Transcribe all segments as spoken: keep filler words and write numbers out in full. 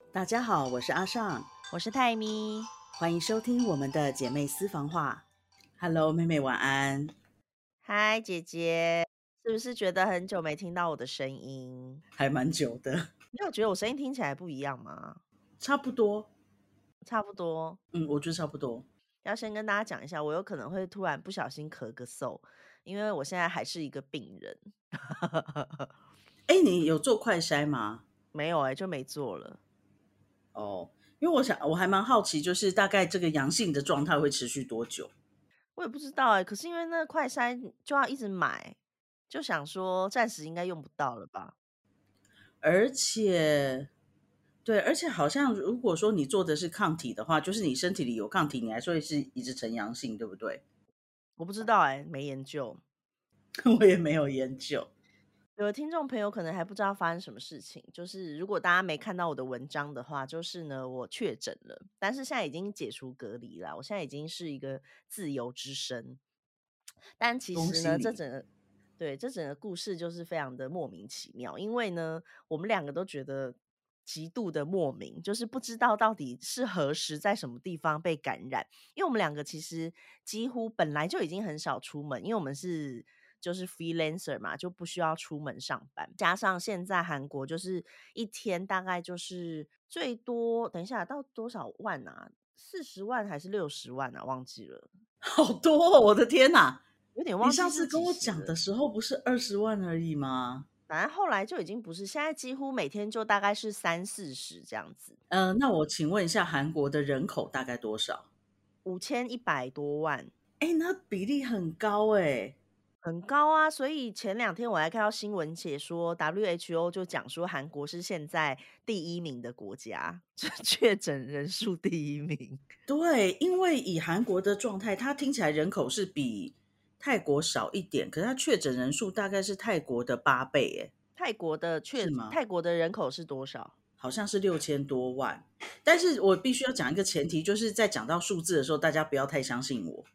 大家好，我是阿尚， 我是泰咪， 欢迎收听我们的姐妹私房话。Hello， 妹妹晚安。 嗨，姐姐，是不是觉得很久没听到我的声音？ 还蛮久的， 你有觉得我声音听起来不一样吗？ 差不多。 差不多。 嗯，我觉得差不多。 要先跟大家讲一下，我有可能会突然不小心咳个嗽，因为我现在还是一个病人。 哎，你有做快筛吗？ 没有哎、就没做了。 哦，因为我想，我还蛮好奇，就是大概这个阳性的状态会持续多久？ 我也不知道哎、可是因为那个快筛就要一直买，就想说暂时应该用不到了吧。 而且，对，而且好像如果说你做的是抗体的话，就是你身体里有抗体，你还是会是一直呈阳性，对不对？ 我不知道哎、没研究。 我也没有研究。 有的听众朋友可能还不知道发生什么事情，就是如果大家没看到我的文章的话，就是呢我确诊了，但是现在已经解除隔离了，我现在已经是一个自由之身。但其实呢，这恭喜你。 整个对这整个故事就是非常的莫名其妙，因为呢，我们两个都觉得极度的莫名，就是不知道到底是何时在什么地方被感染。因为我们两个其实几乎本来就已经很少出门，因为我们是就是 freelancer 嘛，就不需要出门上班。加上现在韩国就是一天大概就是最多，等一下到多少万啊？四十万还是六十万啊？忘记了， 好多哦，我的天哪！ 有点你忘记是上次跟我几十了。 讲的时候不是二十万而已吗？ 反正后来就已经不是，现在几乎每天就大概是三四十这样子， 呃，那我请问一下，韩国的人口大概多少？ 五千一百多万。 哎，那比例很高哎。 很高啊。所以前两天我还看到新闻写说，W H O 就讲说韩国是现在第一名的国家，确诊人数第一名。 对，因为以韩国的状态，它听起来人口是比泰国少一点，可是它确诊人数大概是泰国的八倍，哎， 泰国的确是吗？ 泰国的人口是多少？ 好像是六千多万。但是我必须要讲一个前提，就是在讲到数字的时候，大家不要太相信我。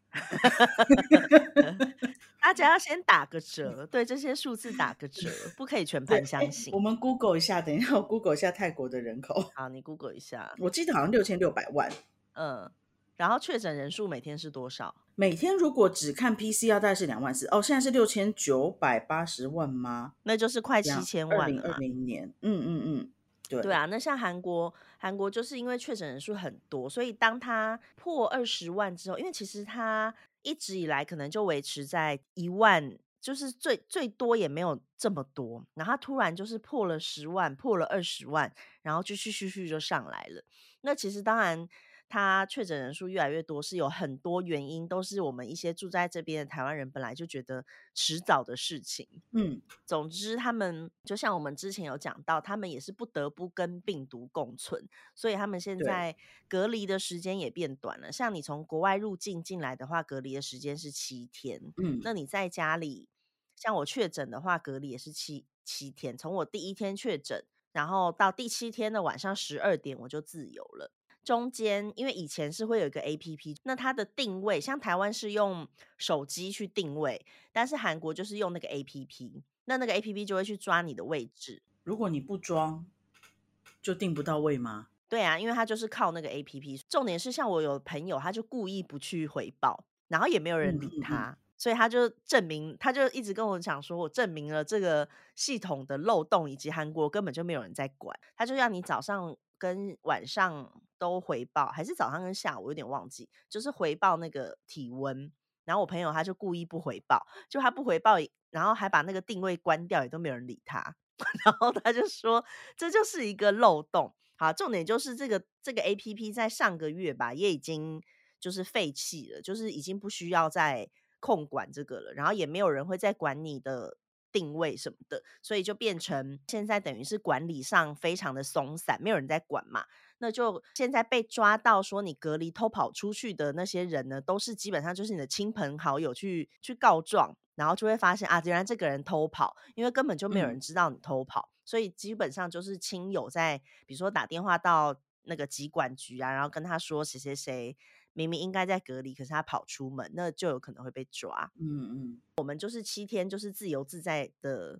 大家要先打个折，对这些数字打个折，不可以全对， 盘相哎，我信。 们 Google 一下，等一下我 Google 一下泰国的人口， 好，你 Google 一下。 我记得好像六千六百万。 嗯，然后确诊人数每天是多少？ 每天如果只看 P C R 大概是两万四，哦，现在是六千九百八十万吗？ 那就是快七两二零二千万了嘛。 零年，嗯嗯嗯，对， 对啊，那像韩国，韩国就是因为确诊人数很多，所以当它破二十万之后，因为其实它一直以来可能就维持在一万，就是最最多也没有这么多，然后它突然就是破了十万，破了二十万，然后就续续续就上来了。那其实当然，它确诊人数越来越多，是有很多原因，都是我们一些住在这边的台湾人本来就觉得迟早的事情。 嗯， 总之，他们就像我们之前有讲到，他们也是不得不跟病毒共存，所以他们现对， 在隔离的时间也变短了。像你从国外入境进来的话，隔离的时间是七天， 嗯， 那你在家里，像我确诊的话，隔离也是七七天。从我第一天确诊，然后到第七天的晚上十二点，我就自由了。中间，因为以前是会有一个 A P P，那它的定位，像台湾是用手机去定位，但是韩国就是用那个 A P P，那那个 A P P 就会去抓你的位置。 如果你不装，就订不到位吗？ 对啊，因为它就是靠那个 A P P。重点是，像我有朋友，他就故意不去回报，然后也没有嗯人理嗯嗯， 他，所以他就证明，他就一直跟我讲说，我证明了这个系统的漏洞，以及韩国根本就没有人在管。他就让你早上跟晚上都回报，还是早上跟下午，我有点忘记，就是回报那个体温。然后我朋友他就故意不回报，就他不回报，然后还把那个定位关掉，也都没有人理他。然后他就说这就是一个漏洞。好，重点就是这个这个 A P P 在上个月吧，也已经就是废弃了，就是已经不需要再控管这个了，然后也没有人会再管你的定位什么的，所以就变成现在等于是管理上非常的松散，没有人在管嘛。那就现在被抓到说你隔离偷跑出去的那些人呢，都是基本上就是你的亲朋好友去去告状，然后就会发现啊，原来这个人偷跑，因为根本就没有人嗯， 知道你偷跑，所以基本上就是亲友在，比如说打电话到那个疾管局啊，然后跟他说谁谁谁明明应该在隔离，可是他跑出门，那就有可能会被抓。 嗯嗯， 我们就是七天就是自由自在的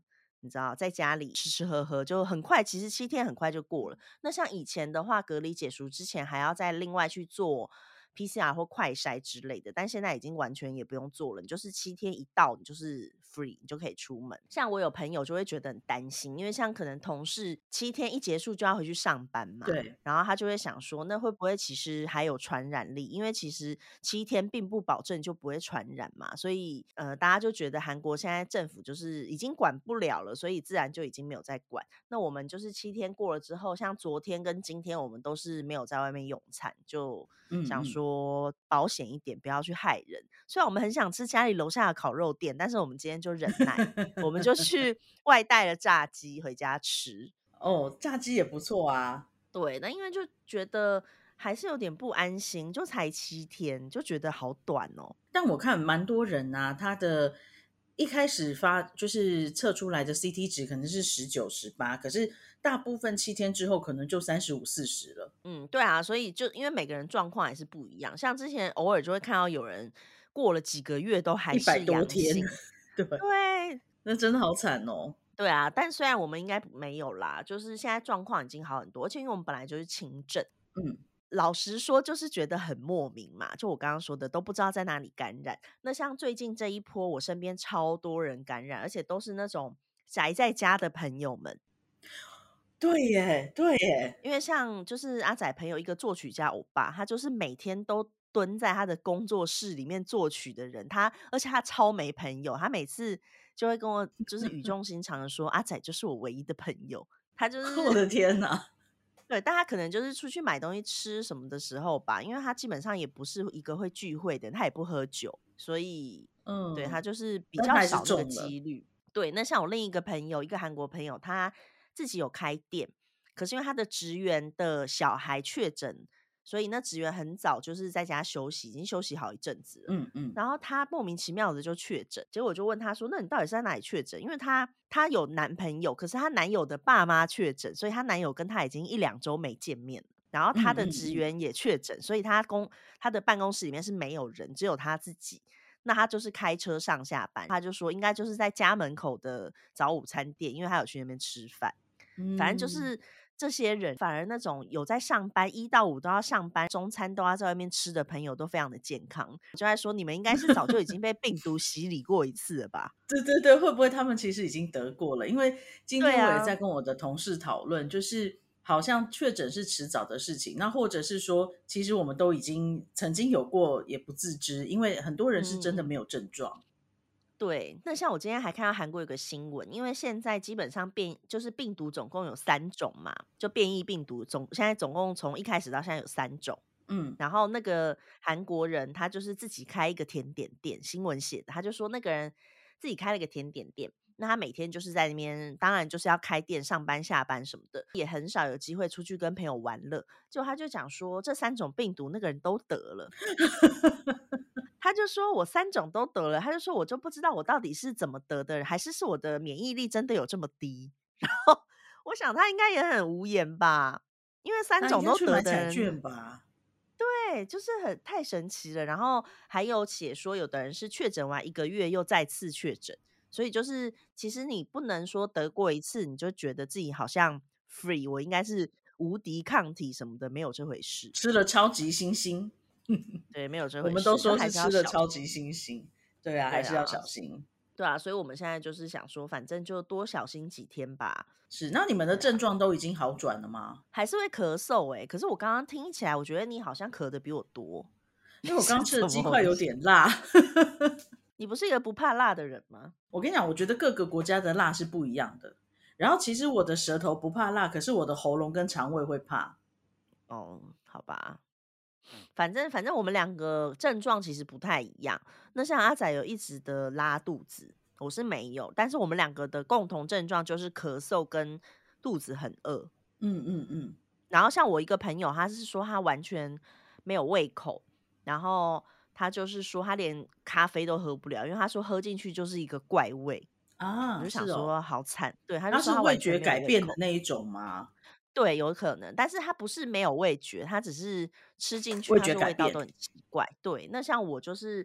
你知道在家里吃吃喝喝，就很快，其实七天很快就过了。那像以前的话，隔离解除之前还要再另外去做 P C R 或快筛之类的，但现在已经完全也不用做了，你就是七天一到，你就是 free，你就可以出门。像我有朋友就会觉得很担心，因为像可能同事七天一结束就要回去上班嘛， 对， 然后他就会想说，那会不会其实还有传染力？因为其实七天并不保证就不会传染嘛，所以呃，大家就觉得韩国现在政府就是已经管不了了，所以自然就已经没有在管。那我们就是七天过了之后，像昨天跟今天我们都是没有在外面用餐，就想嗯嗯。 说保险一点，不要去害人。虽然我们很想吃家里楼下的烤肉店，但是我们今天就忍耐，我们就去外带了炸鸡回家吃。 哦，炸鸡也不错啊。 对，那因为就觉得还是有点不安心，就才七天，就觉得好短哦。 但我看蛮多人啊，他的一开始发就是测出来的 C T 值可能是十九、十八，可是大部分七天之后可能就三十五、四十了。 嗯，对啊，所以就因为每个人状况还是不一样，像之前偶尔就会看到有人过了几个月都还一百是多天， 阳性。 对， 对， 那真的好惨哦。 对啊，但虽然我们应该没有啦，就是现在状况已经好很多，而且因为我们本来就是轻症， 嗯， 老实说就是觉得很莫名嘛，就我刚刚说的都不知道在哪里感染。那像最近这一波，我身边超多人感染，而且都是那种宅在家的朋友们。 对耶，对耶。 因为像就是阿仔朋友一个作曲家欧巴，他就是每天都蹲在他的工作室里面作曲的人，他而且他超没朋友，他每次就会跟我就是语重心长的说，阿仔就是我唯一的朋友。他就我是的天哪。 对，但他可能就是出去买东西吃什么的时候吧，因为他基本上也不是一个会聚会的人，他也不喝酒，所以对他嗯， 就是比但他还是较少那个中了。 几率。对，那像我另一个朋友，一个韩国朋友，他自己有开店，可是因为他的职员的小孩确诊，所以那职员很早就是在家休息，已经休息好一阵子了。 嗯嗯。 然后她莫名其妙的就确诊，结果我就问她说：“那你到底是在哪里确诊？”因为她她有男朋友，可是她男友的爸妈确诊，所以她男友跟她已经一两周没见面了。然后嗯她的嗯嗯。 职员也确诊，所以她公她的办公室里面是没有人，只有她自己。那她就是开车上下班，她就说应该就是在家门口的早午餐店，因为她有去那边吃饭。反正就嗯。 是这些人，反而那种有在上班，一到五都要上班，中餐都要在外面吃的朋友都非常的健康。我就在说，你们应该是早就已经被病毒洗礼过一次了吧？ 对对对，会不会他们其实已经得过了？因为今天我也对啊， 在跟我的同事讨论，就是好像确诊是迟早的事情，那或者是说，其实我们都已经曾经有过，也不自知，因为很多人是嗯嗯嗯。 真的没有症状。 对，那像我今天还看到韩国有个新闻，因为现在基本上变就是病毒总共有三种嘛，就变异病毒总现在总共从一开始到现在有三种。 嗯然后那个韩国人他就是自己开一个甜点店，新闻写的，他就说那个人自己开了一个甜点店，那他每天就是在那边，当然就是要开店、上班、下班什么的，也很少有机会出去跟朋友玩乐。就他就讲说，这三种病毒那个人都得了。他就说我三种都得了，他就说我就不知道我到底是怎么得的，还是是我的免疫力真的有这么低？然后我想他应该也很无言吧，因为三那应该种都得去买彩的人， 券吧？ 对，就是很太神奇了。然后还有写说，有的人是确诊完一个月又再次确诊，所以就是其实你不能说得过一次你就觉得自己好像 free，我应该是无敌抗体什么的，没有这回事。 吃了超级星星。 对，没有这我们都回事，就说是吃了还是要小超级心。 星星，对啊，还是要对啊， 小心。 对啊，所以我们现在就是想说，反正就多小心几天吧。 是，那你们的对啊， 症状都已经好转了吗？ 还是会咳嗽诶、可是我刚刚听起来，我觉得你好像咳的比我多，你因为我刚是刚吃的怎么回事？ 鸡块有点辣。 你不是一个不怕辣的人吗？ 我跟你讲，我觉得各个国家的辣是不一样的。然后其实我的舌头不怕辣，可是我的喉咙跟肠胃会怕。 哦，好吧，反正反正我们两个症状其实不太一样。那像阿仔有一直的拉肚子，我是没有，但是我们两个的共同症状就是咳嗽跟肚子很饿。 嗯嗯嗯。 然后像我一个朋友，他是说他完全没有胃口，然后他就是说他连咖啡都喝不了，因为他说喝进去就是一个怪味。我啊， 就想是哦。 说好惨，对，他就它是说他完全味觉改没有胃口。 变的那一种吗？ 对，有可能，但是他不是没有味觉，他只是吃进去， 味他说味道都觉改变。 很奇怪。对，那像我就是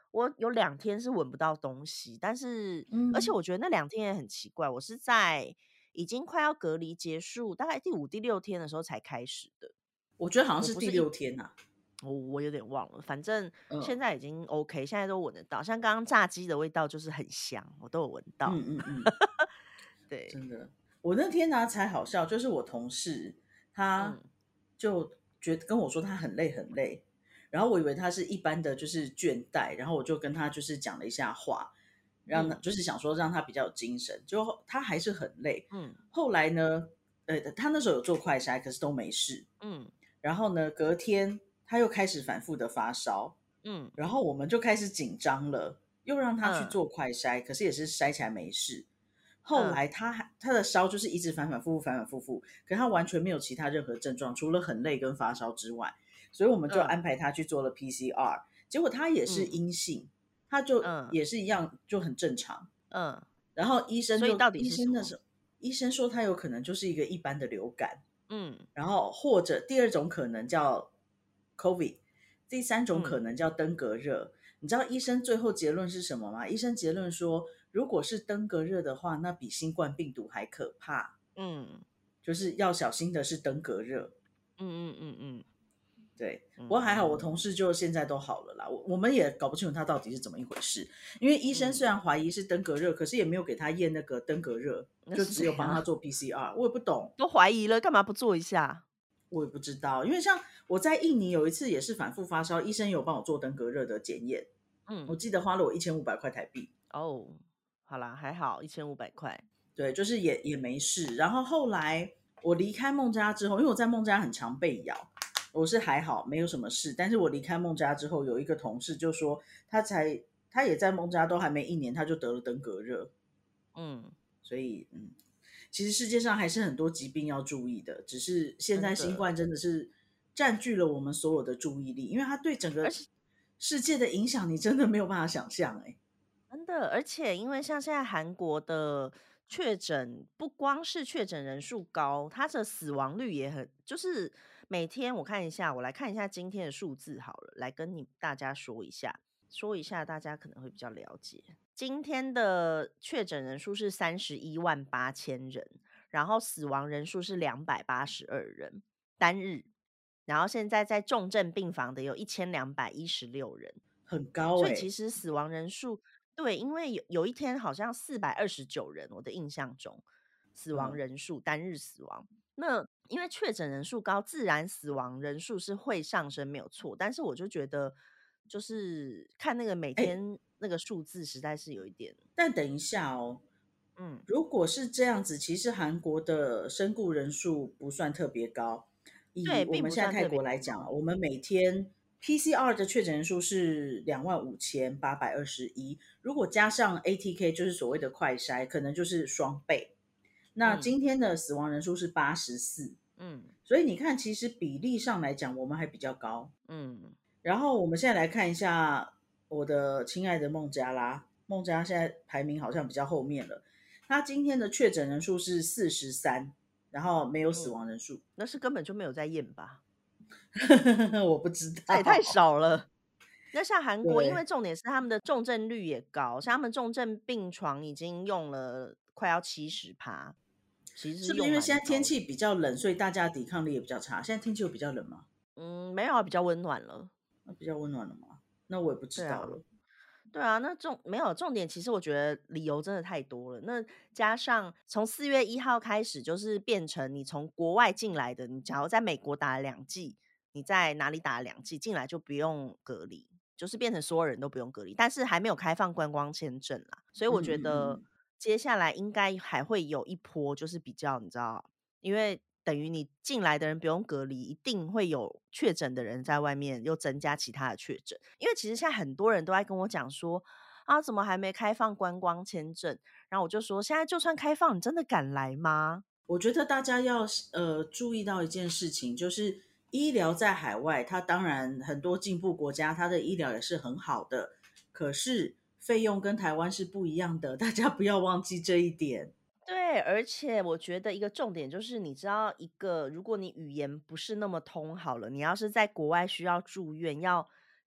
我有两天是闻不到东西，但是而且嗯， 我觉得那两天也很奇怪，我是在已经快要隔离结束，大概第五、第六天的时候才开始的。 我觉得好像是第我不是一六天呐、 我我有点忘了，反正现嗯在已经 OK，现在都闻得到。像刚刚炸鸡的味道就是很香，我都有闻到。 嗯嗯嗯， 对， 真的。我那天呢、才好笑，就是我同事他嗯就觉得跟我说他很累很累，然后我以为他是一般的就是倦怠，然后我就跟他就是讲了一下话，让他嗯就是想说让他比较有精神，就他还是很累。 嗯后来呢，呃，他那时候有做快筛，可是都没事。 嗯然后呢，隔天他又开始反复的发烧， 嗯然后我们就开始紧张了，又让他去嗯做快筛，可是也是筛起来没事。后嗯来他还他的烧就是一直反反复复，反反复复，可他完全没有其他任何症状，除了很累跟发烧之外，所以我们就嗯安排他去做了 P C R，结果他也是嗯阴性，他就嗯也是一样就很正常。 嗯， 然后医生所以到底就医是什么？ 生那时候医生说他有可能就是一个一般的流感， 嗯然后或者第二种可能叫 COVID，第三种可嗯能叫登革热。你知道医生最后结论是什么吗？医生结论说，如果是登革热的话，那比新冠病毒还可怕， 嗯就是要小心的是登革热。 嗯嗯嗯嗯对，不过还好，我同嗯事就现在都好了啦。我我们也搞不清楚他到底是怎么一回事，因为医生嗯， 虽然怀疑是登革热，可是也没有给他验那个登革热， 那就是怎样？ 只有帮他做 P C R。我也不懂， 都怀疑了，干嘛不做一下？ 我也不知道，因为像我在印尼有一次也是反复发烧，医生有帮我做登革热的检验，我嗯， 记得花了我一千五百块台币。 哦，好啦，还好，一千五百块。 对，就是也也没事。然后后来我离开孟加之后，因为我在孟加很常被咬，我是还好没有什么事。但是我离开孟加之后，有一个同事就说他才他也在孟加都还没一年，他就得了登革热。 嗯， 所以嗯，其实世界上还是很多疾病要注意的，只是现在新真的， 冠真的是占据了我们所有的注意力，因为它对整个而且世界的影响，你真的没有办法想象哎、 真的，而且因为像现在韩国的确诊，不光是确诊人数高，它的死亡率也很，就是每天我看一下，我来看一下今天的数字好了，来跟你大家说一下，说一下大家可能会比较了解。今天的确诊人数是三十一万八千人，然后死亡人数是两百八十二人单日，然后现在在重症病房的有一千两百一十六人。 很高哎、 所以其实死亡人数对，因为有有一天好像四百二十九人，我的印象中死亡嗯， 人数单日死亡。那因为确诊人数高，自然死亡人数是会上升，没有错。但是我就觉得，就是看那个每哎、 天那个数字，实在是有一点， 但等一下哦， 嗯， 如果是这样子，其实韩国的身故人数不算特别高。以对， 我并不们现在泰算特别国来讲， 高。 我们每天 P C R 的确诊人数是两万五千八百二十一，如果加上 A T K，就是所谓的快筛，可能就是双倍。那嗯今天的死亡人数是八十四， 嗯所以你看，其实比例上来讲，我们还比较高。 嗯然后我们现在来看一下我的亲爱的孟加拉，孟加拉现在排名好像比较后面了。他今天的确诊人数是四十三，然后没有死嗯， 亡人数， 那是根本就没有在验吧？ 我不知这也太道。 少了。那像韩国，因为对， 重点是他们的重症率也高，像他们重症病床已经用了快要七十趴，其实是用是不是因为现在天蛮高的。 气比较冷，所以大家抵抗力也比较差？现在天气有比较冷吗？ 嗯，没有啊，比较温暖了。 那比较温暖了吗？那我也不知对啊， 道了。 对啊，那重没有重点，其实我觉得理由真的太多了。那加上从四月一号开始，就是变成你从国外进来的，你假如在美国打了两剂，你在哪里打了两剂进来就不用隔离，就是变成所有人都不用隔离，但是还没有开放观光签证啦。所以我嗯觉得嗯嗯， 接下来应该还会有一波，就是比较你知道，因为等于你进来的人不用隔离，一定会有确诊的人在外面又增加其他的确诊。因为其实现在很多人都在跟我讲说，啊，怎么还没开放观光签证？然后我就说，现在就算开放，你真的敢来吗？ 我觉得大家要呃注意到一件事情，就是医疗在海外，它当然很多进步国家它的医疗也是很好的，可是费用跟台湾是不一样的，大家不要忘记这一点。 对，而且我觉得一个重点就是，你知道，一个如果你语言不是那么通好了，你要是在国外需要住院，要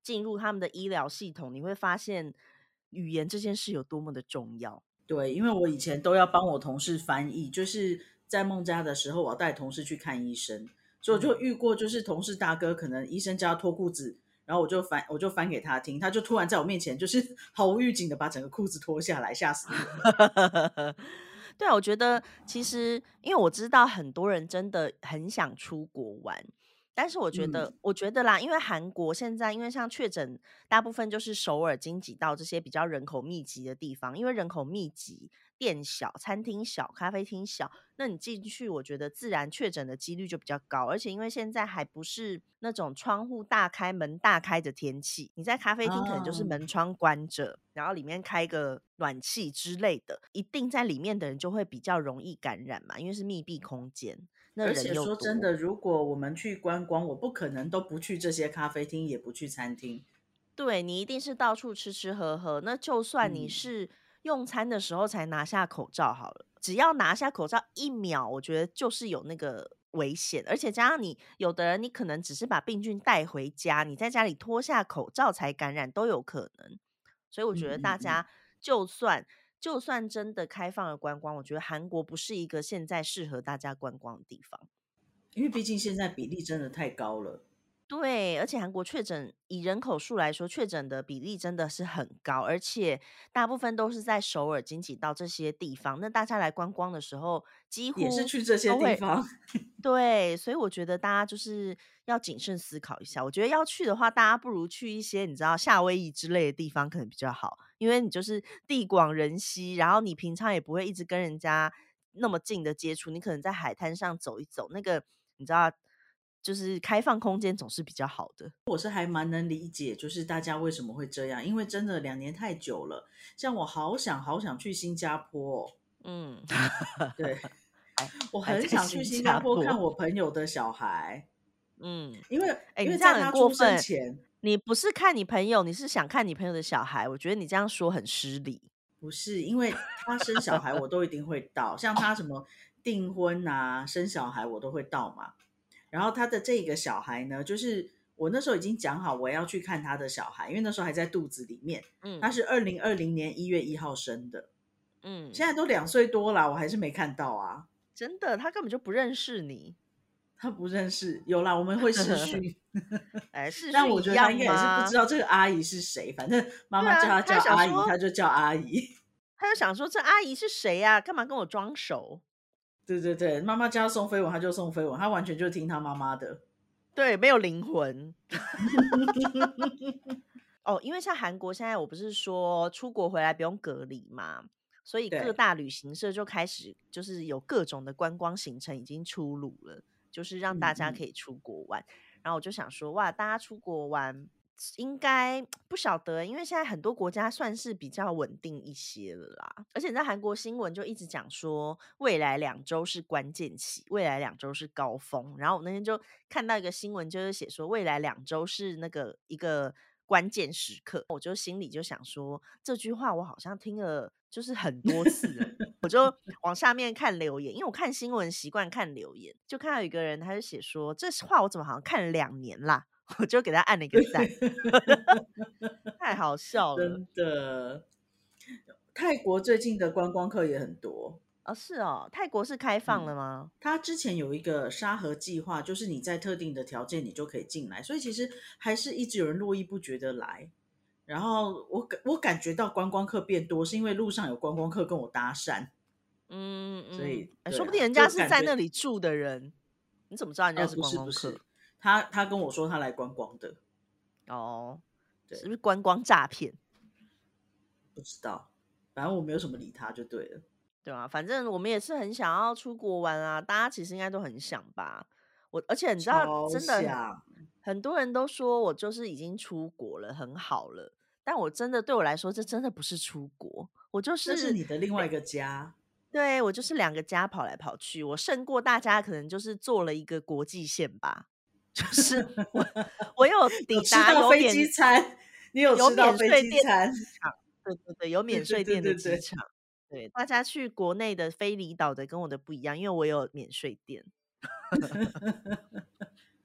进入他们的医疗系统，你会发现语言这件事有多么的重要。 对，因为我以前都要帮我同事翻译，就是在孟加的时候，我要带同事去看医生，所以我就嗯， 遇过，就是同事大哥可能医生叫他脱裤子，然后我就翻我就翻给他听，他就突然在我面前就是毫无预警的把整个裤子脱下来，吓死我。 对啊，我觉得其实因为我知道很多人真的很想出国玩，但是我觉得， 嗯， 我觉得啦，因为韩国现在因为像确诊，大部分就是首尔、京畿道这些比较人口密集的地方，因为人口密集，店小、餐厅小、咖啡厅小，那你进去，我觉得自然确诊的几率就比较高。而且因为现在还不是那种窗户大开、门大开的天气，你在咖啡厅可能就是啊， 门窗关着，然后里面开个暖气之类的，一定在里面的人就会比较容易感染嘛，因为是密闭空间，那而且人又多。 说真的，如果我们去观光，我不可能都不去这些咖啡厅，也不去餐厅。 对，你一定是到处吃吃喝喝，那就算你嗯， 是用餐的时候才拿下口罩好了，只要拿下口罩一秒，我觉得就是有那个危险，而且加上你有的人你可能只是把病菌带回家，你在家里脱下口罩才感染都有可能，所以我嗯觉得嗯嗯， 大家就算就算真的开放了观光，我觉得韩国不是一个现在适合大家观光的地方。 因为毕竟现在比例真的太高了。 对，而且韩国确诊以人口数来说，确诊的比例真的是很高，而且大部分都是在首尔、京畿道这些地方。那大家来观光的时候，几也是乎去这些都会。 地方。 对，所以我觉得大家就是要谨慎思考一下。我觉得要去的话，大家不如去一些你知道夏威夷之类的地方可能比较好，因为你就是地广人稀，然后你平常也不会一直跟人家那么近的接触，你可能在海滩上走一走，那个你知道，就是开放空间总是比较好的。 我是还蛮能理解，就是大家为什么会这样，因为真的两年太久了。像我好想好想去新加坡哦， 嗯， 对， 还我还在很想去新新加坡看加坡。 我朋友的小孩， 嗯， 因为哎、 因为你这样很在他出生过分。 前， 你不是看你朋友，你是想看你朋友的小孩。我觉得你这样说很失礼。 不是因为他生小孩，我都一定会到，像他什么订婚啊、生小孩我都会到嘛。然后他的这个小孩呢，就是我那时候已经讲好我要去看他的小孩，因为那时候还在肚子里面。他嗯是二零二零年一月一号生的， 嗯， 现在都两岁多了，我还是没看到啊。 真的，他根本就不认识你。 他不认识，有啦，我们会视讯， 哎，视但讯一样我觉得他应该也是不知吗？ 道这个阿姨是谁，反正妈对啊， 妈叫她他就想叫阿姨，他说， 就叫阿姨。 他就想说这阿姨是谁呀、干嘛跟我装熟？ 对对对，妈妈叫他送飞吻，他就送飞吻，他完全就听他妈妈的。 对，没有灵魂。哦，因为像韩国现在我不是说出国回来不用隔离嘛，所以各对， 大旅行社就开始就是有各种的观光行程已经出炉了，就是让大嗯嗯， 家可以出国玩。然后我就想说，哇，大家出国玩应该不晓得，因为现在很多国家算是比较稳定一些了啦。而且你在韩国新闻就一直讲说，未来两周是关键期，未来两周是高峰。然后我那天就看到一个新闻，就是写说未来两周是那个一个关键时刻，我就心里就想说，这句话我好像听了就是很多次了。我就往下面看留言，因为我看新闻习惯看留言，就看到有一个人他就写说，这话我怎么好像看了两年啦，我就给他按了一个赞。太好笑了。 真的。泰国最近的观光客也很多， 哦，是哦，泰国是开放了嗯， 吗？ 他之前有一个沙盒计划，就是你在特定的条件你就可以进来，所以其实还是一直有人络绎不绝的来。然后我感我感觉到观光客变多，是因为路上有观光客跟我搭讪， 嗯嗯， 所以哎，说不定对啊， 人家是在就感觉那里住的人，你怎么知道人家呃是不是不是， 观光客？ 他他跟我说他来观光的， 哦，是对， 不是观光诈骗？ 不知道，反正我没有什么理他就对了。 对啊，反正我们也是很想要出国玩啊，大家其实应该都很想吧。我而且你知道， 超真的想， 很多人都说我就是已经出国了，很好了。但我真的对我来说，这真的不是出国，我就是那是你的另外一个家。 对我就是两个家跑来跑去，我胜过大家，可能就是做了一个国际线吧。就是我我有有抵达， 吃到飞有免机餐，你有有吃到飞免税店机餐？ 机场，对对对，有免对对对税店的对对， 机场。对，大家去国内的非离岛的跟我的不一样，因为我有免税店。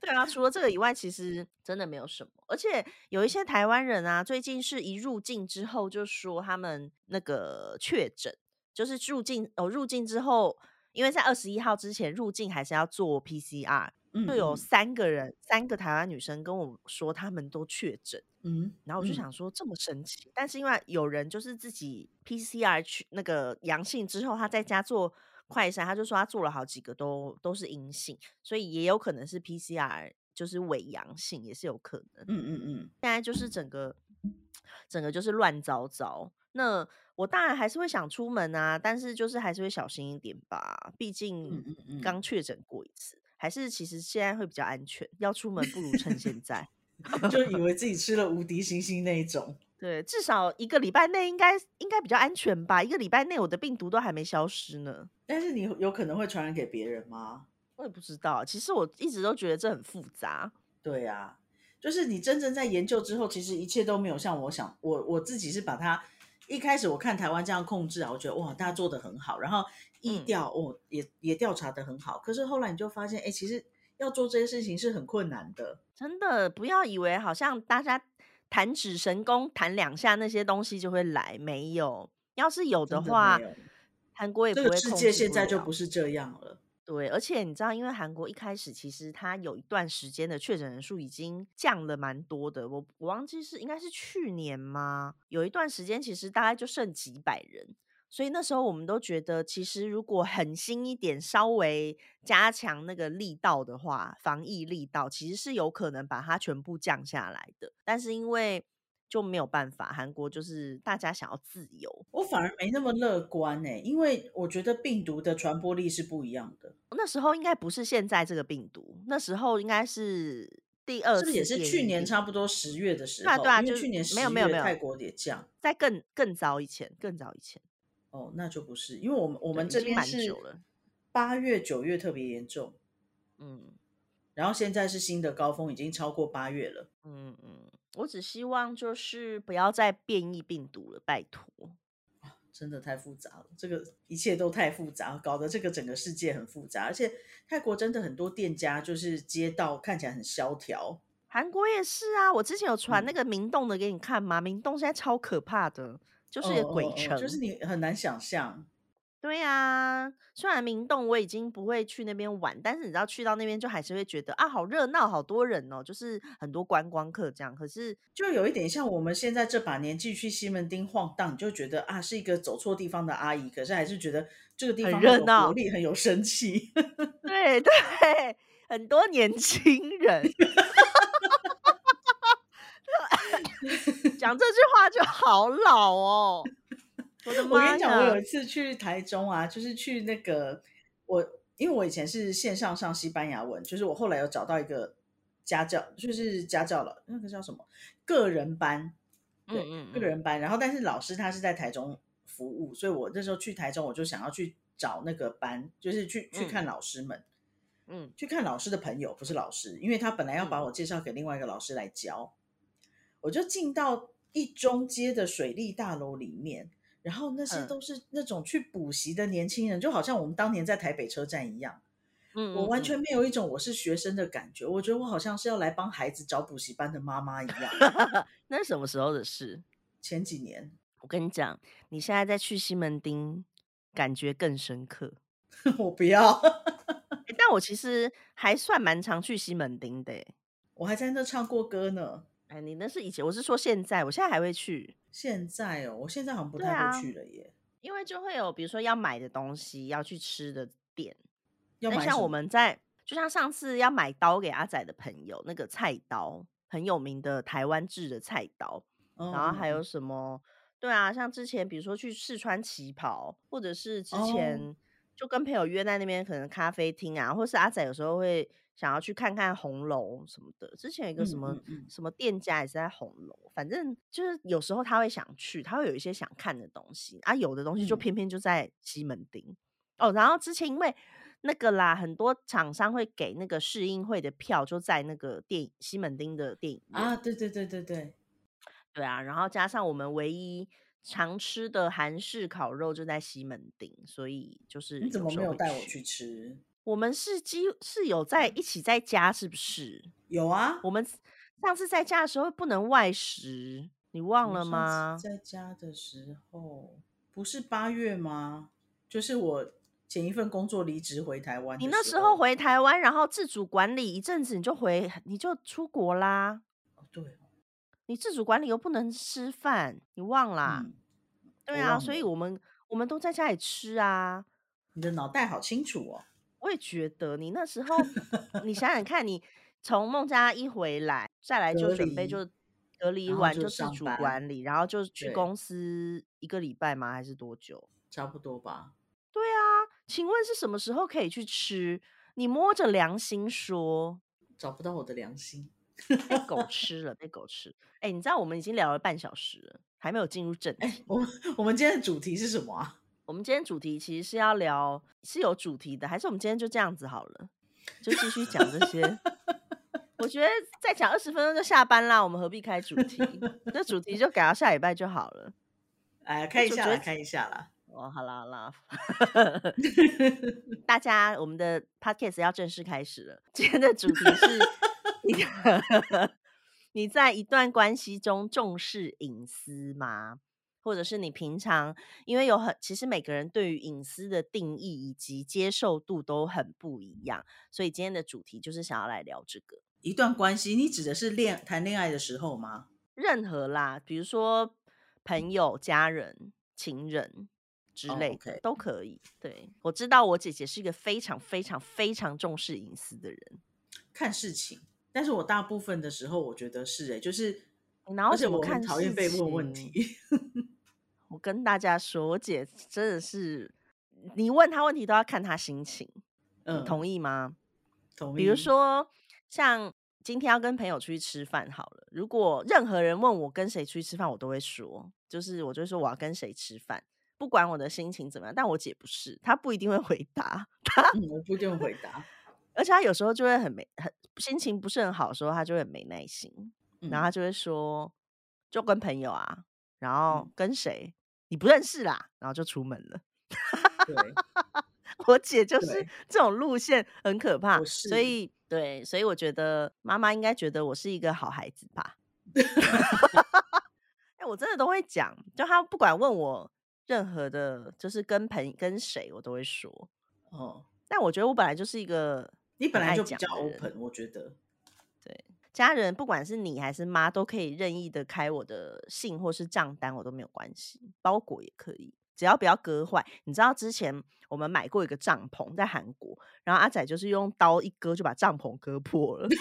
对啊，除了这个以外，其实真的没有什么。而且有一些台湾人啊，最近是一入境之后就说他们那个确诊，就是入境哦，入境之后，因为在二十一号之前入境还是要做 P C R，就有嗯嗯三个人，三个台湾女生跟我说他们都确诊。 嗯然后我就嗯想说这么神奇，但是因为有人就是自己 P C R 去那个阳性之后，他在家做快筛，他就说他做了好几个都都是阴性，所以也有可能是 P C R 就是伪阳性，也是有可能。 嗯嗯嗯现在就是整个整个就是乱糟糟。那我当然还是会想出门啊，但是就是还是会小心一点吧，毕竟嗯嗯嗯， 刚确诊过一次，还是其实现在会比较安全。要出门不如趁现在。 就以为自己吃了无敌星星那一种。 对，至少一个礼拜内应该应该比较安全吧？一个礼拜内我的病毒都还没消失呢。 但是你有可能会传染给别人吗？ 我也不知道，其实我一直都觉得这很复杂。 对呀，就是你真正在研究之后，其实一切都没有像我想，我我自己是把它一开始我看台湾这样控制啊，我觉得哇，大家做的很好，然后疫嗯， 调哦也也调查的很好，可是后来你就发现，哎，其实要做这些事情是很困难的， 真的不要以为好像大家弹指神功弹两下那些东西就会来，没有。要是有的真的没话， 有。 韩国也这个不会控世界现制不了。 在就不是这样了。 对，而且你知道，因为韩国一开始其实它有一段时间的确诊人数已经降了蛮多的，我我忘记是应该是去年吗？有一段时间其实大概就剩几百人，所以那时候我们都觉得，其实如果狠心一点，稍微加强那个力道的话，防疫力道其实是有可能把它全部降下来的。但是因为就没有办法，韩国就是大家想要自由， 我反而没那么乐观哎，因为我觉得病毒的传播力是不一样的， 那时候应该不是现在这个病毒，那时候应该是第二是不是也次变是去异病毒。 年差不多十月的时候？ 对啊对啊，就是因为去年没有十没有没有， 月泰国也降。 在更更早以前，更早以前， 哦，那就不是，因为我们我对， 们这已经边是蛮久了。 八月、九月特别严重， 嗯然后现在是新的高峰，已经超过八月了， 嗯嗯，我只希望就是不要再变异病毒了，拜托。 真的太复杂了，这个一切都太复杂，搞得这个整个世界很复杂，而且泰国真的很多店家就是街道看起来很萧条， 韩国也是啊，我之前有传那嗯， 个明洞的给你看吗？明洞现在超可怕的，就嗯是一个鬼嗯嗯，就是城。 你很难想象， 对呀，虽然明洞我已经不会去那边玩，但是你知道去到那边就还是会觉得啊，好热闹，好多人哦，就是很多观光客这样。可是就有一点像我们现在这把年纪去西门町晃荡，你就觉得啊是一个走错地方的阿姨，可是还是觉得这个地很方很热闹， 有活力，很有生气。 对对，很多年轻人讲这句话就好老哦，我的我跟你讲，我有妈呀！ 一次去台中啊，就是去那个我，因为我以前是线上上西班牙文，就是我后来有找到一个家教，就是家教了，那个叫什么个人班， 嗯对， 嗯嗯个人班。然后但是老师他是在台中服务，所以我那时候去台中，我就想要去找那个班，就是去去嗯看老师们， 嗯去看老师的朋友，不是老师，因为他本来要把嗯， 我介绍给另外一个老师来教。我就进到一中街的水利大楼里面，然后那些嗯都是那种去补习的年轻人，就好像我们当年在台北车站一样。我嗯嗯嗯， 完全没有一种我是学生的感觉，我觉得我好像是要来帮孩子找补习班的妈妈一样。 那是什么时候的事？ 前几年我跟你讲，你现在再去西门町，感觉更深刻。 我不要， 诶但我其实还算蛮常去西门町的诶。 我还在那唱过歌呢。 哎，你那是以前，我是说现在，我现在还会去。 现在哦，我现在好像不太会对啊， 去了耶。 因为就会有比如说要买的东西，要去吃的店。 要那像我买什么？ 们在，就像上次要买刀给阿仔的朋友，那个菜刀很有名的台湾制的菜刀， 嗯然后还有嗯嗯， 什么？对啊，像之前比如说去试穿旗袍，或者是之哦， 前就跟朋友约在那边可能咖啡厅啊，或是阿仔有时候会想要去看看红楼什么的。之前有一个什嗯么嗯嗯什么店家也是在红楼，反正就是有时候他会想去，他会有一些想看的东西啊，有的东西就嗯， 偏偏就在西门町。哦，然后之前因为那个啦，很多厂商会给那个试映会的票，就在那个电影西门町的电影院。 啊，对对对对对， 对啊，然后加上我们唯一常吃的韩式烤肉就在西门町，所以就是你怎么有时候没有带我会去。 去吃？ 我们是基是有在一起在家，是不是？ 有啊， 我们上次在家的时候不能外食，你忘了我们上次吗？ 在家的时候，不是八月吗？就是我前一份工作离职回台湾的你那时候。 时候回台湾，然后自主管理一阵子，你就回你就出国啦。 哦，对哦， 你自主管理又不能吃饭，你忘啦？ 嗯， 对啊， 我忘了。 所以我们我们都在家里吃啊。 你的脑袋好清楚哦。 我也觉得你那时候，你想想看，你从孟加拉一回来，再来就隔离， 准备就隔离然后就完就自主上班， 管理，然后就去对， 公司一个礼拜吗？还是多久？ 差不多吧。 对啊，请问是什么时候可以去吃？你摸着良心说， 找不到我的良心。 被狗吃了，被狗吃。哎，你知道我们已经聊了半小时了，还没有进入正哎， 题。 我们我们今天的主题是什么啊？ 我们今天主题其实是要聊，是有主题的，还是我们今天就这样子好了，就继续讲这些？我觉得再讲二十分钟就下班啦，我们何必开主题？这主题就改到下礼拜就好了。 哎，看一下啦， 就觉得看一下啦。 哦，好啦好啦，大家，我们的 podcast 要正式开始了。今天的主题是你你在一段关系中重视隐私吗？或者是你平常，因为有很，其实每个人对于隐私的定义以及接受度都很不一样，所以今天的主题就是想要来聊这个。 一段关系，你指的是恋谈恋爱的时候吗？ 任何啦，比如说朋友、家人、情人之哦类的 ，OK， 都可以。对，我知道我姐姐是一个非常非常非常重视隐私的人。 看事情，但是我大部分的时候，我觉得是哎、就是， 你哪有什么而且我很看事讨厌被问问情？ 题。 我跟大家说，我姐真的是，你问她问题都要看她心情，你嗯， 同意吗？比如同意。 说，像今天要跟朋友出去吃饭好了，如果任何人问我跟谁出去吃饭，我都会说，就是我就会说我要跟谁吃饭，不管我的心情怎么样。但我姐不是，她不一定会回答， 嗯，我不一定会回答。 而且她有时候就会很没很心情不是很好的时候，她就会很没耐心，然后嗯她就会说，就跟朋友啊，然后嗯， 跟谁你不认识啦，然后就出门了。 对我姐就是对， 这种路线很可怕， 我是。 所以对，所以我觉得妈妈应该觉得我是一个好孩子吧。哎、我真的都会讲，就她不管问我任何的，就是跟朋跟谁，我都会说。 哦， 但我觉得我本来就是一个你本很爱来就比较讲的人， open，我觉得。 对，家人不管是你还是妈，都可以任意的开我的信或是账单，我都没有关系，包裹也可以，只要不要割坏。你知道之前我们买过一个帐篷在韩国，然后阿仔就是用刀一割就把帐篷割破了。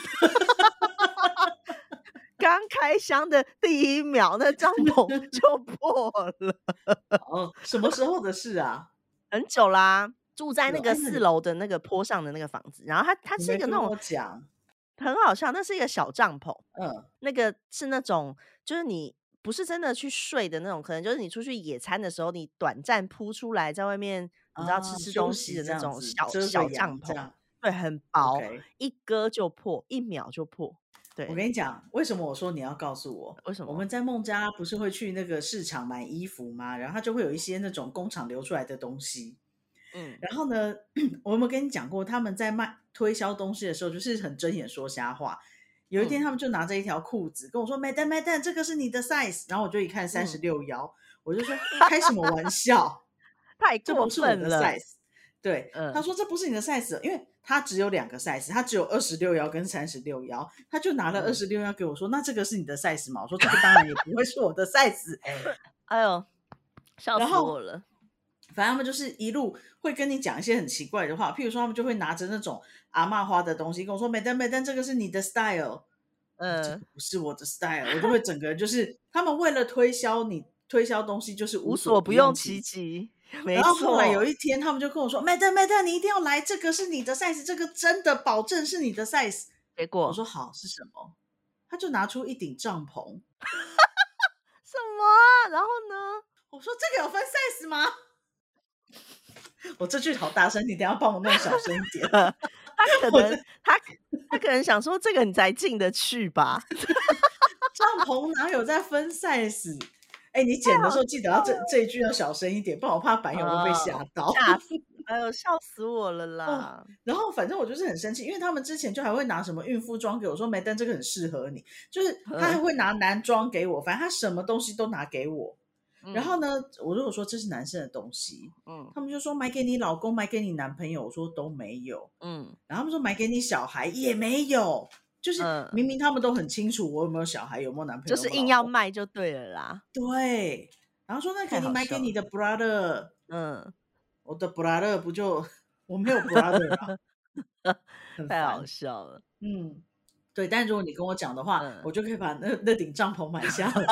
刚开箱的第一秒，那帐篷就破了， 哦，什么时候的事啊？ 很久啦。住在是哦， 那个哎，那你四楼的那个坡上的那个房子，然后它它你是一个那种没跟我讲。 很好笑，那是一个小帐篷， 嗯， 那个是那种就是你不是真的去睡的那种，可能就是你出去野餐的时候，你短暂铺出来在外面，你知道吃啊， 吃东西休息的那种这样子， 小小遮个阳帐篷， 这样。 对，很薄， OK， 一割就破，一秒就破。 我对， 跟你讲，为什么我说你要告诉我？ 为什么？ 我们在孟加拉不是会去那个市场买衣服吗？然后它就会有一些那种工厂流出来的东西。 嗯然后呢，我有没有跟你讲过，他们在卖推销东西的时候，就是很睁眼说瞎话。有一天， 嗯他们就拿着一条裤子跟我说：“Madam Madam，这个是你的 size。”然后我就一看三十嗯， 六腰，我就说：“开什么玩笑？ 太过这不是我的分了。 size。”对，他嗯， 说：“这不是你的 size，因为他只有两个 size，他只有二十六腰跟三十六腰，他就拿了二嗯， 十六腰给我说：‘那这个是你的 size 吗？’我说：‘这个当然也不会是我的 size。’哎， 哎呦，笑然后死我了。 反正他们就是一路会跟你讲一些很奇怪的话，譬如说他们就会拿着那种阿嬷花的东西跟我说：‘Madam Madam，这个是你的 style。’我说这嗯， 个不是我的 style，我就会整个人就是他们为了推销你推销东西就是无无所所不用不用其其极， 然没后后来有错。 一天，他们就跟我说：“Madam Madam，你一定要来，这个是你的 size，这个真的保证是你的 size。” 结果我说：“好，是什么？”他就拿出一顶帐篷。 什么啊？然后呢？ 我说：“这个有分 size 吗？”我这句好大声，你等一下帮我弄小声一点。 他可我这能他他可能想说这个你才进得去吧？ 帐篷哪有在分 size？哎，你剪的时候记得要这这一句要小声一点，不然我怕版友会被吓哦， 到。 吓死！ 哎呦，笑死我了哦， 啦！ 然后反正我就是很生气，因为他们之前就还会拿什么孕妇装给我，说梅登这个很适合你，就是他还嗯会拿男装给我，反正他什么东西都拿给我。然后嗯呢，我如果说这是男生的东西， 嗯他们就说买给你老公，买给你男朋友，我说都没有。 嗯然后他们说买给你小孩也没有，就是嗯， 明明他们都很清楚我有没有小孩，有没有男朋友， 就是硬要有没有老公。 卖就对了啦， 对，然后说那给太你好笑了。 买给你的 brother， 嗯， 我的 brother 不就我没有 brother 啊，很太好烦。 笑了。 嗯，对，但如果你跟我讲的话，我嗯， 就可以把那那顶帐篷买下来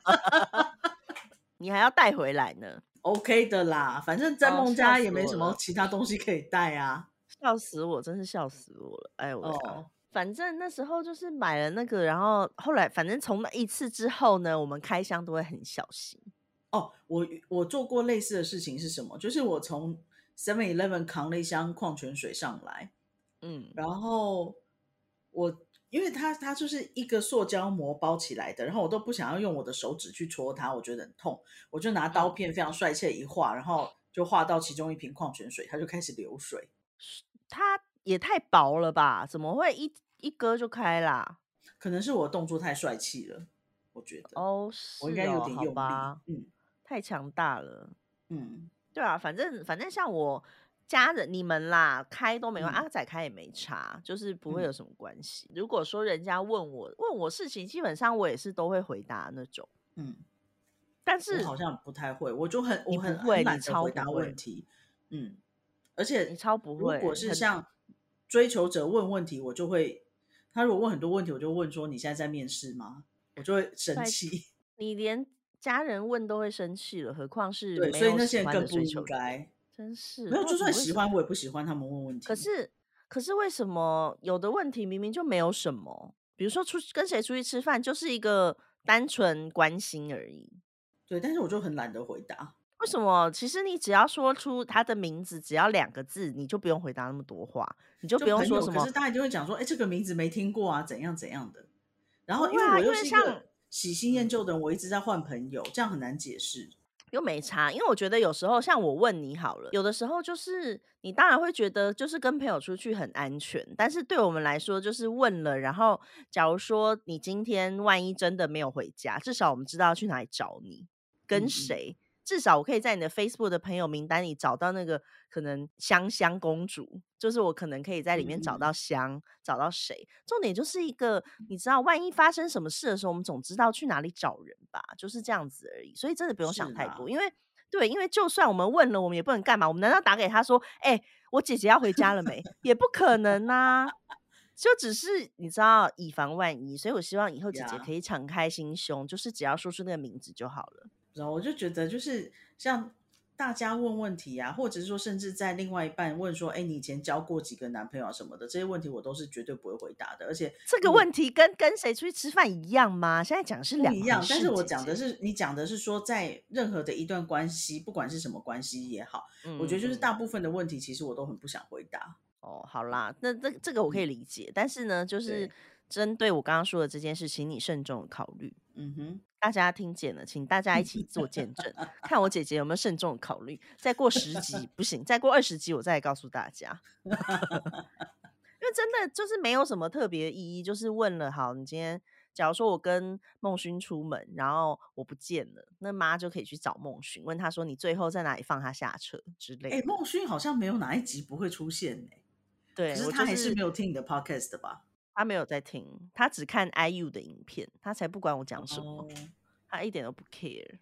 你还要带回来呢， ，OK 的啦。反正在哦，笑孟加也没什么死我了， 其他东西可以带啊。 笑死我，真是笑死我了。哎呦喂啊！ 哦反正那时候就是买了那个，然后后来反正从那一次之后呢，我们开箱都会很小心。 哦，我我做过类似的事情是什么？就是我从 Seven Eleven 扛了一箱矿泉水上来， 嗯然后我因为它它就是一个塑胶膜包起来的，然后我都不想要用我的手指去戳它，我觉得很痛，我就拿刀嗯， 片非常帅气的一划，然后就划到其中一瓶矿泉水，它就开始流水。 它也太薄了吧？怎么会一一割就开啦？ 可能是我的动作太帅气了，我觉得哦， 我应该有是哦，好点用力。 吧， 嗯太强大了。 嗯对啊，反正反正像我家人你们啦，开都没关系， 嗯阿仔开也没差，就是不会嗯有什么关系。如果说人家问我问我事情，基本上我也是都会回答那种。 嗯， 但是我好像不太会，我就很我很很你不会，你懒得回答问超不会， 题。嗯，而且你超不如果会，很是像追求者问问题，我就会，他如果问很多问题，我就问说你现在在面试吗？我就会生拜， 气。 你连家人问都会生气了，何况是对， 没所以那些人有喜欢的更不应追求者？ 该。 真是， 没有， 到就底为什么？ 算喜欢，我也不喜欢他们问问题。 可是，可是为什么有的问题明明就没有什么？比如说出跟谁出去吃饭，就是一个单纯关心而已。 对，但是我就很懒得回答。 为什么？其实你只要说出他的名字，只要两个字，你就不用回答那么多话，你就不用就朋友， 说什么可是大家就会讲说，哎，这个名字没听过啊，怎样怎样的。然后，因不会啊， 为我又因为像是一个喜新厌旧的人，我一直在换朋友，这样很难解释。 又没差，因为我觉得有时候像我问你好了，有的时候就是你当然会觉得就是跟朋友出去很安全，但是对我们来说就是问了，然后假如说你今天万一真的没有回家，至少我们知道去哪里找你，跟嗯嗯， 谁。至少我可以在你的 Facebook 的朋友名单里找到那个可能香香公主，就是我可能可以在里面找到嗯嗯， 香，找到谁。重点就是一个，你知道，万一发生什么事的时候，我们总知道去哪里找人吧，就是这样子而已。所以真的不用想太多， 是啦。 因为对，因为就算我们问了，我们也不能干嘛。我们难道打给他说：“哎、我姐姐要回家了没？”也不可能呐、就只是你知道，以防万一，所以我希望以后姐姐可呀， 以敞开心胸，就是只要说出那个名字就好了。 然后我就觉得，就是像大家问问题啊，或者是说，甚至在另外一半问说，哎，你以前交过几个男朋友啊什么的，这些问题我都是绝对不会回答的。而且这个如果问题跟跟谁出去吃饭一样吗？现在讲的是两不一样，但是回事， 我姐姐。 讲的是，你讲的是说，在任何的一段关系，不管是什么关系也好，我觉得就是嗯嗯， 大部分的问题，其实我都很不想回答。 哦，好啦，那这这个我可以嗯， 理解，但是呢，就是对， 针对我刚刚说的这件事，请你慎重地考虑。 嗯哼， 大家听见了，请大家一起做见证，看我姐姐有没有慎重地考虑。再过十集不行，再过二十集我再来告诉大家。因为真的就是没有什么特别的意义，就是问了，好，你今天假如说我跟孟勋出门，然后我不见了，那妈就可以去找孟勋，问他说你最后在哪里放他下车之类哎， 的。 孟勋好像没有哪一集不会出现呢、可对是我就是他还是没有听你的 podcast 的吧？ 他没有在听，他只看 I U 的影片，他才不管我讲什么， 哦， 他一点都不 care。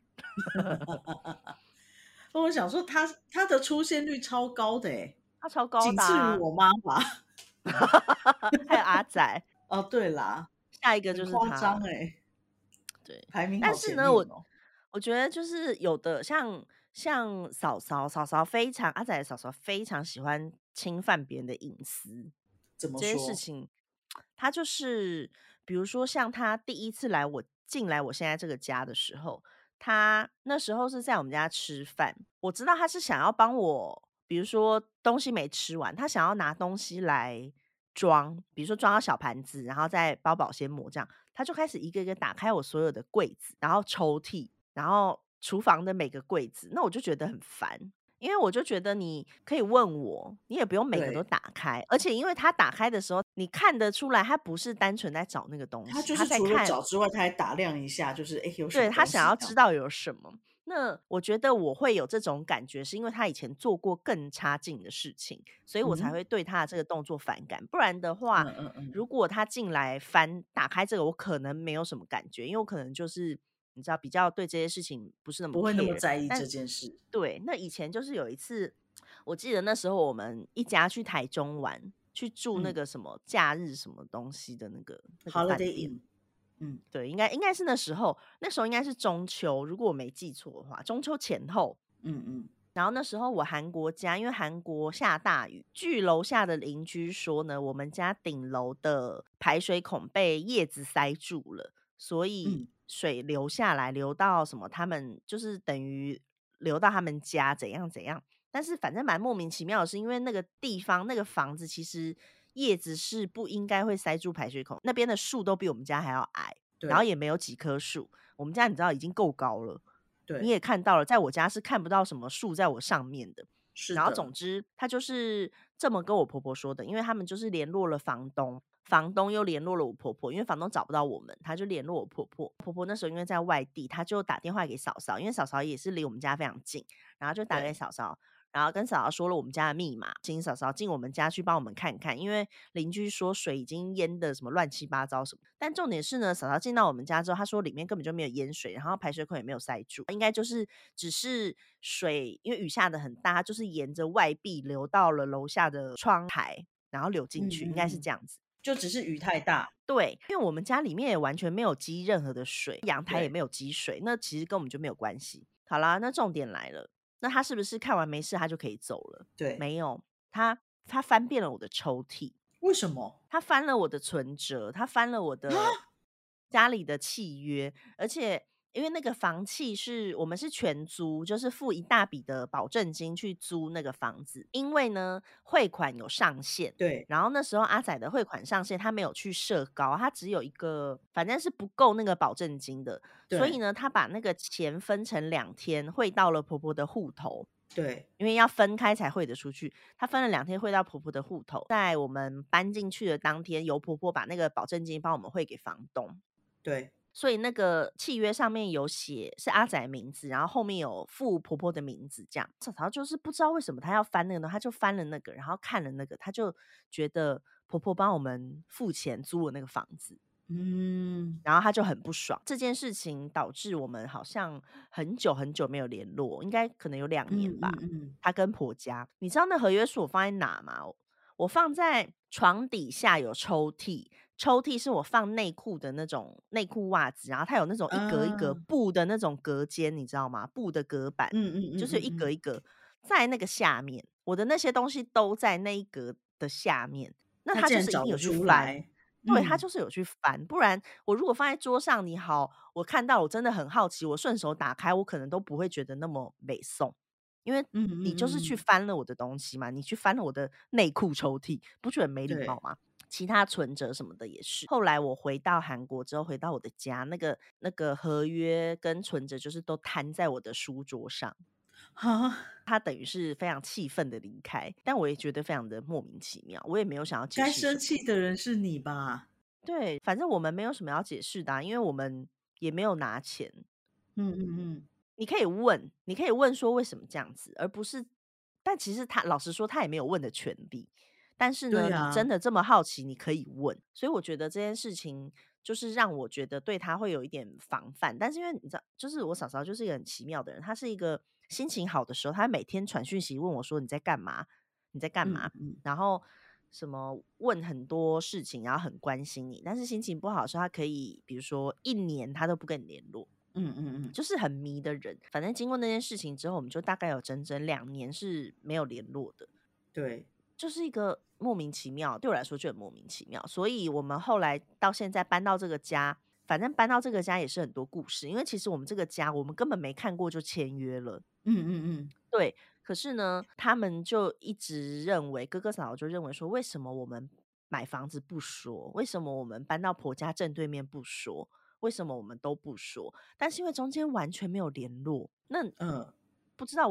那我想说他他的出现率超高的哎， 他超高仅的啊， 次于我妈吧？ 还有阿仔， 哦，对啦， 下一个就是很夸张他。 哎， 对， 排名好但是呢，我前面哦。 我觉得就是有的像像嫂嫂嫂嫂非常阿仔的嫂嫂非常喜欢侵犯别人的隐私怎么这件事说？ 情，他就是比如说像他第一次来我进来我现在这个家的时候，他那时候是在我们家吃饭，我知道他是想要帮我，比如说东西没吃完，他想要拿东西来装，比如说装到小盘子，然后再包保鲜膜这样。他就开始一个一个打开我所有的柜子，然后抽屉，然后厨房的每个柜子，那我就觉得很烦。 因为我就觉得你可以问我，你也不用每个都对， 打开，而且因为他打开的时候，你看得出来，他不是单纯在找那个东西， 他就是除了他在看， 找之外，他还打量一下，就是诶，有什对， 么他想东西这样。 要知道有什么。那我觉得我会有这种感觉，是因为他以前做过更差劲的事情，所以我才嗯， 会对他的这个动作反感。不然的话， 嗯嗯嗯， 如果他进来翻打开这个，我可能没有什么感觉，因为我可能就是你知道比较对这些事情不是那么不会那么 care。 在意这但件事。 对，那以前就是有一次，我记得那时候我们一家去台中玩，去住那嗯个什么假日什么东西的那个那个饭 ，Holiday 店。 Inn，嗯对，应该应该是那时候，那时候应该是中秋，如果我没记错的话，中秋前后。 嗯嗯然后那时候我韩国家，因为韩国下大雨，据楼下的邻居说呢，我们家顶楼的排水孔被叶子塞住了，所以嗯水流下来，流到什么，他们就是等于流到他们家，怎样怎样。但是反正蛮莫名其妙的是，因为那个地方那个房子其实叶子是不应该会塞住排水孔，那边的树都比我们家还要矮，然后对也没有几棵树，我们家你知道已经够高了。你对， 也看到了，在我家是看不到什么树在我上面的。然后总是的， 之，他就是这么跟我婆婆说的，因为他们就是联络了房东，房东又联络了我婆婆，因为房东找不到我们，他就联络我婆婆。婆婆那时候因为在外地，他就打电话给嫂嫂，因为嫂嫂也是离我们家非常近，然后就打给对， 嫂嫂，然后跟嫂嫂说了我们家的密码，请嫂嫂进我们家去帮我们看看，因为邻居说水已经淹的什么乱七八糟什么。但重点是呢，嫂嫂进到我们家之后，她说里面根本就没有淹水，然后排水孔也没有塞住，应该就是只是水，因为雨下的很大，它就是沿着外壁流到了楼下的窗台，然后流进嗯去，应该是嗯嗯， 这样子。 就只是雨太大。 对，因为我们家里面也完全没有积任何的水，阳台也对没有积水，那其实跟我们就没有关系。好啦，那重点来了，那他是不是看完没事他就可以走了？ 对， 没有，他他翻遍了我的抽屉， 为什么？ 他翻了我的存折，他翻了我的啊？ 家里的契约，而且因为那个房契是我们是全租，就是付一大笔的保证金去租那个房子，因为呢汇款有上限。 对然后那时候阿仔的汇款上限他没有去设高，他只有一个，反正是不够那个保证金的，所以对呢，他把那个钱分成两天汇到了婆婆的户头， 对， 因为要分开才汇得出去。她分了两天汇到婆婆的户头，在我们搬进去的当天，由婆婆把那个保证金帮我们汇给房东。 对， 所以那个契约上面有写是阿仔的名字，然后后面有附婆婆的名字，这样。嫂嫂就是不知道为什么她要翻那个呢，她就翻了那个，然后看了那个，她就觉得婆婆帮我们付钱租了那个房子， 嗯， 然后她就很不爽。这件事情导致我们好像很久很久没有联络，应该可能有两年嗯吧。 嗯嗯， 她跟婆家，你知道那合约书我放在哪吗？我放在床底下有抽屉，抽屉是我放内裤的那种内裤袜子，然后它有那种一格一格啊， 布的那种隔间，你知道吗？布的隔板， 嗯嗯嗯就是有一格嗯嗯， 一格在那个下面，我的那些东西都在那一格的下面。那他他竟然找得就是一定有去出来。 翻，对，他嗯， 就是有去翻，不然我如果放在桌上，你好，我看到我真的很好奇，我顺手打开，我可能都不会觉得那么美送，因为嗯嗯你就是去嗯嗯， 翻了我的东西嘛，你去翻了我的内裤抽屉，不觉得很没礼貌对， 吗？其他存折什么的也是。后来我回到韩国之后，回到我的家，那个那个合约跟存折就是都摊在我的书桌上。 哈， 他等于是非常气愤的离开，但我也觉得非常的莫名其妙，我也没有想要解该释什么。 生气的人是你吧？ 对，反正我们没有什么要解释的啊，因为我们也没有拿钱。 嗯嗯嗯， 你可以问，你可以问说为什么这样子，而不是，但其实他老实说，他也没有问的权利。但是呢，你真对呀， 的这么好奇，你可以问。所以我觉得这件事情就是让我觉得对他会有一点防范。但是因为你知道，就是我嫂嫂就是一个很奇妙的人，她是一个心情好的时候，她每天传讯息问我说你在干嘛，你在干嘛， 嗯嗯然后什么问很多事情，然后很关心你。但是心情不好的时候，她可以比如说一年她都不跟你联络。 嗯嗯嗯， 就是很迷的人。反正经过那件事情之后，我们就大概有整整两年是没有联络的， 对， 就是一个莫名其妙，对我来说就很莫名其妙。所以我们后来到现在搬到这个家，反正搬到这个家也是很多故事，因为其实我们这个家我们根本没看过就签约了。 嗯嗯嗯， 对，可是呢，他们就一直认为，哥哥嫂嫂就认为说，为什么我们买房子不说？为什么我们搬到婆家正对面不说？为什么我们都不说？但是因为中间完全没有联络，那嗯， 不知道，我就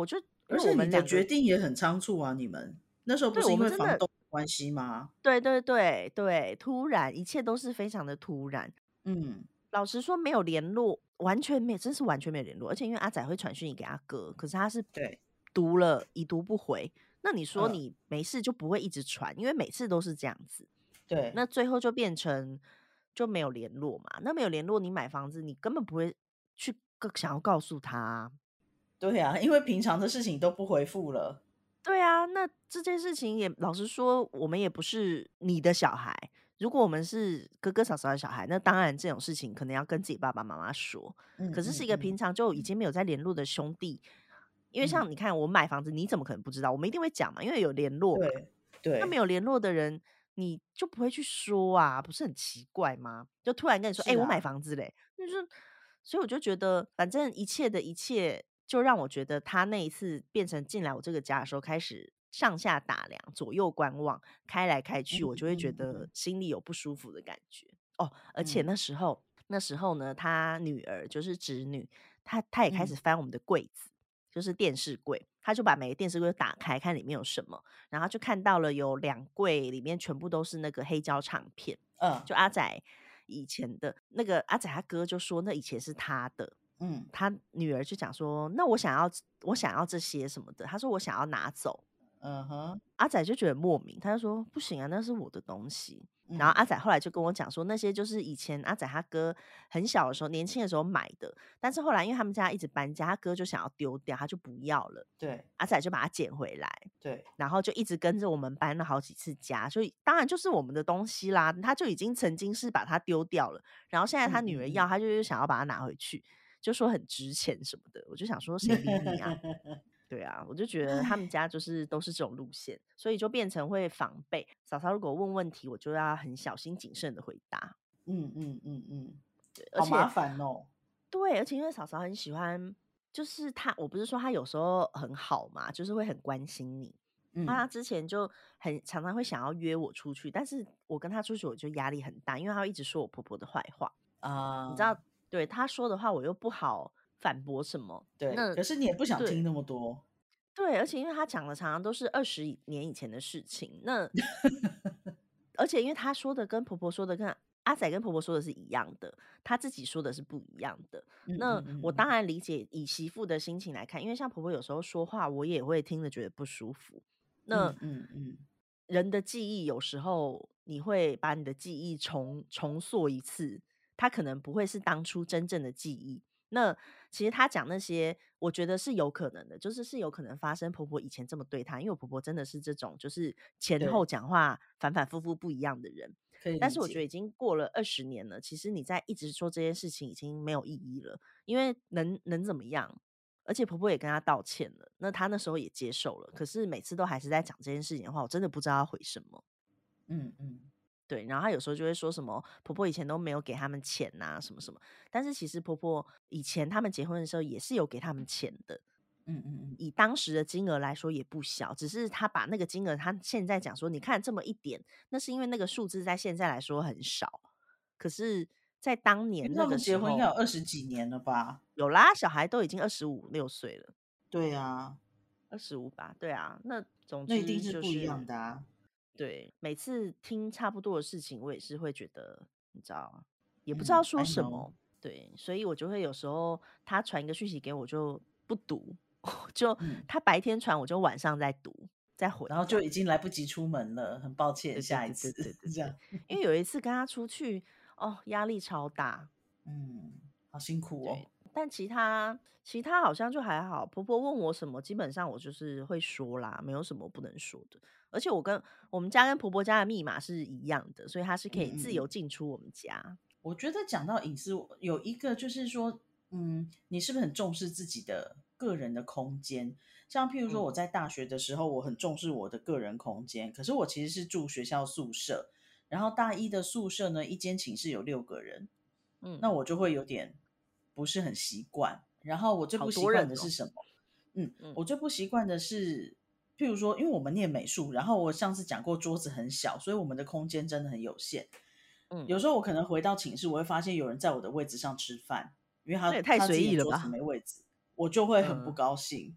因为而且你的我们两个决定也很仓促啊，你们那时候不对是因我们真的为房东的关系吗？ 对对对对，突然一切都是非常的突然。 嗯， 老实说没有联络，完全没有，真是完全没有联络。而且因为阿仔会传讯息给他哥，可是他是对， 读了已读不回。那你说嗯， 你没事就不会一直传，因为每次都是这样子。 对， 那最后就变成就没有联络嘛。那没有联络，你买房子你根本不会去告想要告诉他啊。 对啊，因为平常的事情都不回复了。 对啊，那这件事情也老实说，我们也不是你的小孩。如果我们是哥哥嫂嫂的小孩，那当然这种事情可能要跟自己爸爸妈妈说。 嗯可是是一个嗯嗯平常就已嗯经没有在联络的兄弟，因为嗯， 像你看，我们买房子，你怎么可能不知道？我们一定会讲嘛，因为有联络嘛。 对对， 那没有联络的人，你就不会去说啊，不是很奇怪吗？就突然跟你说，哎、我买是啊， 房子嘞，就是，所以我就觉得，反正一切的一切，就让我觉得他那一次变成进来我这个家的时候，开始上下打量、左右观望、开来开嗯去，我就会觉嗯嗯得心里有不舒服的感觉。哦，而且嗯那时候，那时候呢，他女儿就是侄女，她她也开始嗯翻我们的柜子，就是电视柜，她就把每个电视柜都打开，看里面有什么。然后就看到了有两柜里面全部都是那个黑胶唱片， 嗯就阿仔以前的那个阿仔他哥就说那以前是他的， 嗯他女儿就讲说那我想要我想要这些什么的，他说我想要拿走， 嗯哼， 阿仔就觉得莫名，他就说不行啊，那是我的东西。然后嗯阿仔后来就跟我讲说，那些就是以前阿仔他哥很小的时候、年轻的时候买的，但是后来因为他们家一直搬家，他哥就想要丢掉，他就不要了， 对阿仔就把它捡回来。 对， 然后就一直跟着我们搬了好几次家，所以当然就是我们的东西啦。他就已经曾经是把它丢掉了，然后现在他嗯女儿要， 嗯他就是想要把它拿回去，就说很值钱什么的。我就想说，谁理你啊？ 嗯， 对啊，我就觉得他们唉， 家就是都是这种路线，所以就变成会防备。嫂嫂如果问问题，我就要很小心谨慎的回答。 嗯嗯嗯嗯， 对，而好麻且烦哦。 对，而且因为嫂嫂很喜欢，就是她，我不是说她有时候很好嘛，就是会很关心你。 嗯她之前就很常常会想要约我出去，但是我跟她出去我就压力很大，因为她会一直说我婆婆的坏话。你知啊， 道，对她说的话，我又不好反驳什么。 对， 那可是你也不想听对那么多。 对，而且因为她讲的常常都是二十年以前的事情，那而且因为她说的跟婆婆说的跟阿仔跟婆婆说的是一样的，她自己说的是不一样的。 嗯那我当嗯嗯然理解以媳妇的心情来看，因为像婆婆有时候说话，我也会听着觉得不舒服。那嗯嗯嗯人的记忆有时候你会把你的记忆重重塑一次，它可能不会是当初真正的记忆。那其实她讲那些，我觉得是有可能的，就是是有可能发生婆婆以前这么对她，因为我婆婆真的是这种就是前后对， 讲话反反复复不一样的人。 可以但是我觉得理解。 已经过了二十年了，其实你在一直说这件事情已经没有意义了，因为能能怎么样？而且婆婆也跟她道歉了，那她那时候也接受了。可是每次都还是在讲这件事情的话，我真的不知道要回什么。 嗯嗯对，然后她有时候就会说什么婆婆以前都没有给他们钱呐、什么什么。但是其实婆婆以前他们结婚的时候也是有给他们钱的， 嗯嗯嗯， 以当时的金额来说也不小，只是她把那个金额，她现在讲说，你看这么一点，那是因为那个数字在现在来说很少，可是，在当因为年那个他们结婚应该时候有二十几年了吧？ 有啦，小孩都已经二十五六岁了， 对啊， 二十五吧，对啊。那总那一定之是不一样就是的啊。 对，每次听差不多的事情，我也是会觉得，你知道，也不知道嗯说 ，I 什 know。 么，对，所以我就会有时候他传一个讯息给我，就不读，就嗯， 他白天传，我就晚上再读再回然后这样。 就已经来不及出门了，很抱歉， 对对下一次对对对对这样。 对，因为有一次跟他出去，哦，压力超大， 嗯，好辛苦对， 哦。 但其他其他好像就还好。婆婆问我什么，基本上我就是会说啦，没有什么不能说的。而且我跟我们家跟婆婆家的密码是一样的，所以她是可以自由嗯嗯嗯， 进出我们家。 我觉得讲到隐私，有一个就是说，嗯，你是不是很重视自己的个人的空间？像譬如说我嗯在大学的时候，我很重视我的个人空间，可是我其实是住学校宿舍，然后大一的宿舍呢，一间寝室有六个人，那嗯， 我就会有点不是很习惯。然后我最好不习多人哦。 惯的是什么？嗯， 嗯我最不习惯的是，譬如说，因为我们念美术，然后我上次讲过桌子很小，所以我们的空间真的很有限。 嗯， 有时候我可能回到寝室，我会发现有人在我的位置上吃饭，因为他那也太他自随己的桌子意了吧？ 没位置，我就会很不嗯， 高兴。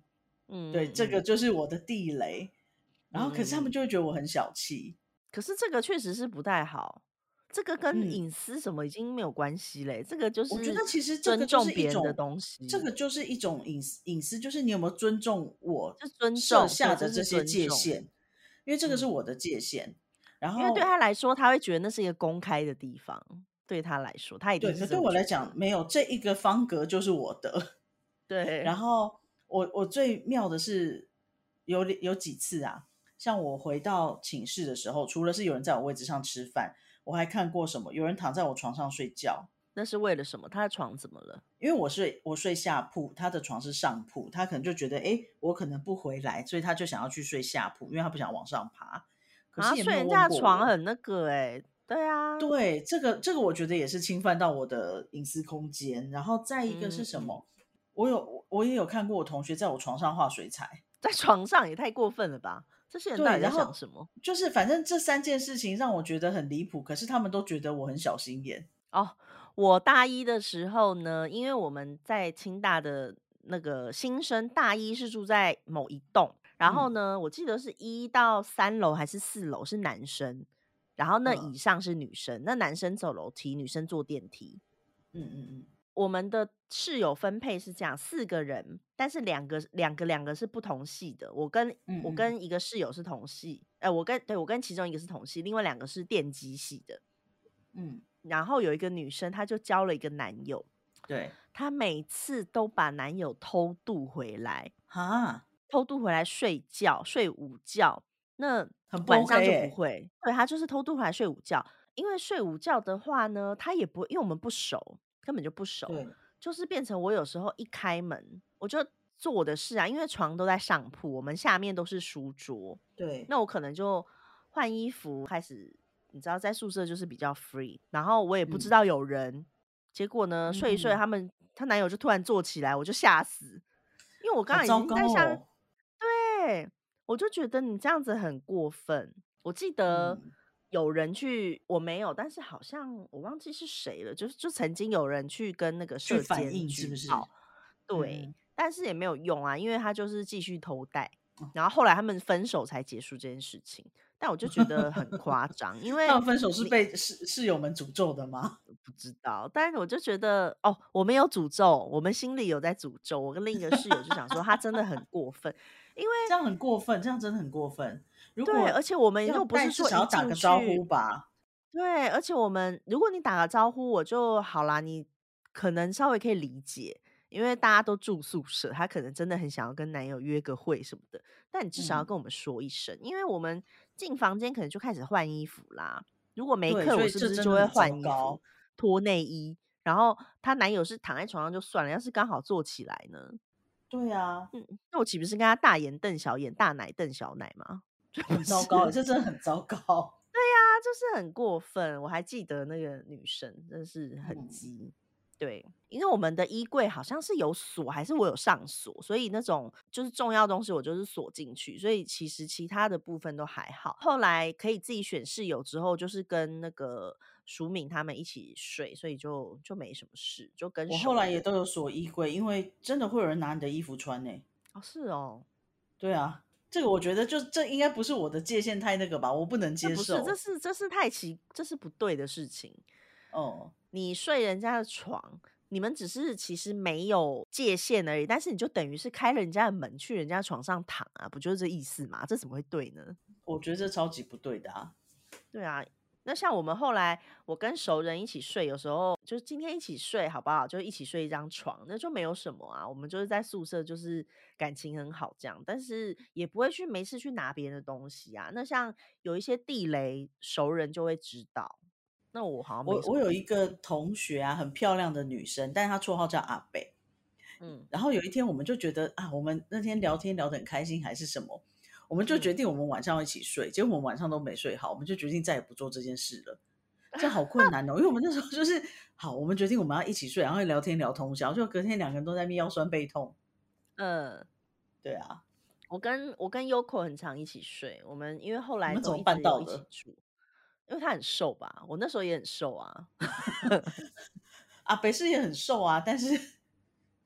对，这个嗯嗯就是我的地雷。然后可是他们嗯嗯嗯。 就会觉得我很小气。 可是这个确实是不太好，这个跟嗯。 隐私什么已经没有关系嘞，这个就是我觉得其实这个就尊重是一种别人的东西。 这个就是一种隐私隐私，就是你有没有尊重我是尊设重，对， 下的这是这些界尊重。 限，因为这个是嗯。 我的界限。然因为对后他来说，他会觉得那是一个公开的地方，对他来说，他一定对，可对是这么我来讲， 觉得。 没有，这一个方格就是我的。然对。 后我我最妙的是有有几次啊，像我回到寝室的时候，除了是有人在我位置上吃饭，我还看过什么，有人躺在我床上睡觉。 那是为了什么？他的床怎么了？ 因为我睡我睡下铺，他的床是上铺，他可能就觉得，诶，我可能不回来，所以他就想要去睡下铺，因为他不想往上爬。可啊， 是也没有睡人家的问过我。 床很那个欸，对啊。 对，这个这个我觉得也是侵犯到我的隐私空间。然后再一个是嗯嗯。 什么？我有我也有看过我同学在我床上画水彩。 在床上也太过分了吧，这些人到对， 底在然后想什么？ 就是反正这三件事情让我觉得很离谱，可是他们都觉得我很小心眼。 哦，我大一的时候呢，因为我们在清大的那个新生，大一是住在某一栋，然后嗯。 呢，我记得是一到三楼还是四楼是男生，然后那嗯。 以上是女生，那男生走楼梯，女生坐电梯。 嗯嗯嗯。 我们的室友分配是这样，四个人，但是两个两个两个是不同系的。我跟我嗯嗯。 跟一个室友是同系，呃，我跟对我跟其中一个是同系，另外两个是电机系的。 嗯。 然后有一个女生，她就交了一个男友， 对。 她每次都把男友偷渡回来， 哈， 偷渡回来睡觉，睡午觉。那很不晚 OK 上就不欸。 会，对，她就是偷渡回来睡午觉。因为睡午觉的话呢，她也不会，因为我们不熟，根本就不熟， 对。 就是变成我有时候一开门，我就做我的事啊，因为床都在上铺，我们下面都是书桌， 对。 那我可能就换衣服，开始你知道在宿舍就是比较 free，然后我也不知嗯。 道有人，结果呢睡一睡， 嗯。 他们她男友就突然坐起来，我就吓死，因为我刚刚已好糟糕经在下面， 哦。 对，我就觉得你这样子很过分。我记得嗯。 有人去，我没有，但是好像我忘记是谁了，就就曾经有人去跟那个去舍监反应是不是？ 举报，对， 嗯。 但是也没有用啊，因为他就是继续偷带， 哦。 然后后来他们分手才结束这件事情。但我就觉得很夸张，因为他们分手是你被室室友们诅咒的吗？ 不知道，但是我就觉得哦，我没有诅咒，我们心里有在诅咒。我跟另一个室友就想说，他真的很过分，因为这样很过分，这样真的很过分。如对，而果且我们要又不是带至少要打说一进个招呼去， 吧。 对，而且我们如果你打个招呼，我就好啦，你可能稍微可以理解，因为大家都住宿舍，她可能真的很想要跟男友约个会什么的，但你至少要嗯。 跟我们说一声，因为我们进房间可能就开始换衣服啦。如果没对， 课， 所以这我是不是就会真的很糟换衣服、 糕。 脱内衣？然后她男友是躺在床上就算了，要是刚好坐起来呢？ 对啊。 嗯，那我岂不是跟他大眼瞪小眼、大奶瞪小奶吗？就不很糟糕欸， 是。 这真的很糟糕。 他就是很过分，我还记得那个女生真是很嗯。 鸡。对，因为我们的衣柜好像是有锁，还是我有上锁，所以那种就是重要东西我就是锁进去，所以其实其他的部分都还好。后来可以自己选室友之后，就是跟那个淑敏他们一起睡，所以就就没什么事，就跟我后熟的人。 来也都有锁衣柜，因为真的会有人拿你的衣服穿呢。 哦，是哦。 对啊，这个我觉得就这应该不是我的界限太那个吧，我不能接这不是，这受。 是这是太奇，这是不对的事情。 哦。 你睡人家的床，你们只是其实没有界限而已，但是你就等于是开了人家的门去人家床上躺啊，不就是这意思吗？这怎么会对呢？ 我觉得这超级不对的啊。 对啊，那像我们后来，我跟熟人一起睡，有时候就是今天一起睡好不好？就一起睡一张床，那就没有什么啊。我们就是在宿舍，就是感情很好这样，但是也不会去没事去拿别人的东西啊。那像有一些地雷，熟人就会知道。那我好像没我什么我有一个地雷。 同学啊，很漂亮的女生，但是她绰号叫阿北。 嗯然后有一天我们就觉得啊，我们那天聊天聊得很开心还是什么，我们就决嗯。 定我们晚上要一起睡。结果我们晚上都没睡好，我们就决定再也不做这件事了。这好困难哦，因为我们那时候就是好，我们决定我们要一起睡，然后聊天聊通宵，就隔天两个人都在那边腰酸背痛。 嗯。 对啊。 我跟我跟 Yoko 很常一起睡，我们因为后来你们怎么都一直有一起办到的？ 住，因为他很瘦吧，我那时候也很瘦啊。 阿北是也很瘦啊，但是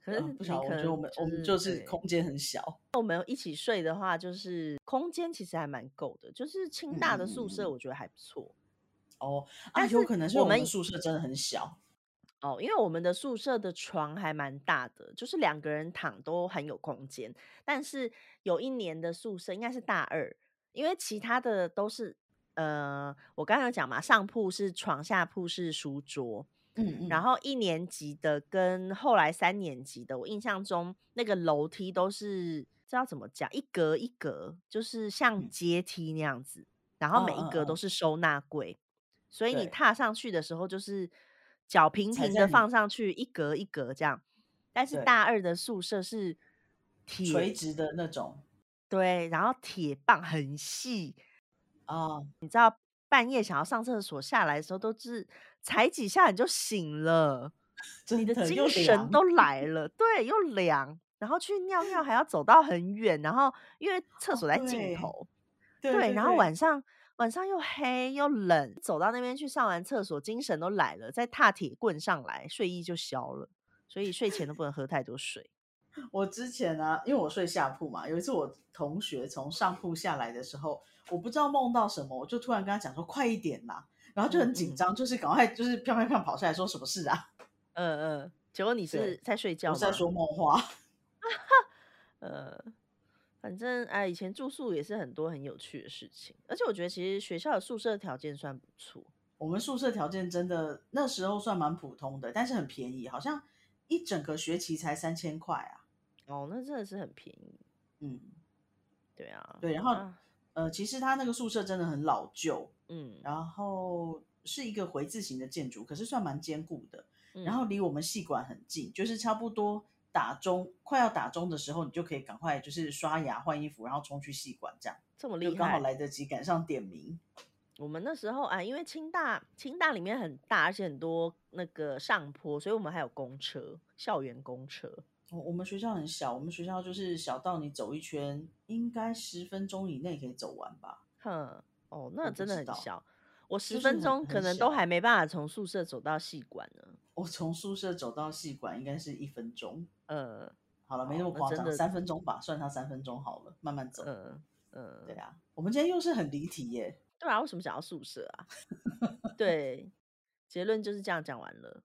可呃， 是不晓得，我你可能觉得我们我们就是就是对， 空间很小。 我们一起睡的话，就是空间其实还蛮够的，就是清嗯大的宿舍， 嗯嗯嗯。 我觉得还不错。 哦，啊， 但是有可能是我们我们宿舍真的很小。 哦，因为我们的宿舍的床还蛮大的，就是两个人躺都很有空间。但是有一年的宿舍应该是大二，因为其他的都是呃，我刚刚有讲嘛，上铺是床，下铺是书桌。 嗯嗯然后一年级的跟后来三年级的，我印象中那个楼梯都是知道怎么讲，一格一格，就是像嗯， 阶梯那样子，然后嗯每一格都嗯嗯， 是收纳柜，所以你对， 踏上去的时候就是脚平平的踩在你放上去，一格一格这样。但是对大二的宿舍是铁， 垂直的那种对，然后铁棒很细， 啊， 半夜想要上厕所下来的时候，都是踩几下你就醒了。你的真的又精神凉。 都来了，对，又凉，然后去尿尿还要走到很远，然后因为厕哦， 所在尽对， 头， 对对，然后对对， 晚上晚上又黑又冷，走到那边去上完厕所，精神都来了，再踏铁棍上来，睡意就消了，所以睡前都不能喝太多水。 我之前啊，因为我睡下铺嘛，有一次我同学从上铺下来的时候，我不知道梦到什么，我就突然跟他讲说快一点啦，然后就嗯嗯很紧张，就是赶快就是飘飘飘跑下来说什么事啊？ 嗯嗯，结果你是对， 在睡觉吗？ 我是在说梦话。 呃，反正哎，以前住宿也是很多很有趣的事情，而且我觉得其实学校的宿舍条件算不错。 我们宿舍条件真的那时候算蛮普通的，但是很便宜，好像一整个学期才三千块啊。 哦，那真的是很便宜。 嗯， 对啊， 对，然后啊， 呃，其实他那个宿舍真的很老旧， 嗯然后是一个回字形的建筑，可是算蛮坚固的。然嗯， 后离我们系馆很近，就是差不多打钟快要打钟的时候，你就可以赶快就是刷牙换衣服，然后冲去系馆，这样这么就刚好厉害。 来得及赶上点名。 我们那时候啊，因为清大清大里面很大，而且很多那个上坡，所以我们还有公车，校园公车。 我我们学校很小，我们学校就是小到你走一圈，应该十分钟以内可以走完吧？ 哼，哦， 我那真的不知道， 很小，我十就是很分钟可能都还很小。 没办法从宿舍走到系馆呢。 我从宿舍走到系馆应该是一分钟， 呃， 好了，没那好， 么夸张， 那真的， 三分钟吧，算它三分钟好了，慢慢走。 呃呃， 对啊，我们今天又是很离题耶。 对啊，为什么想要宿舍啊？对，结论就是这样讲完了。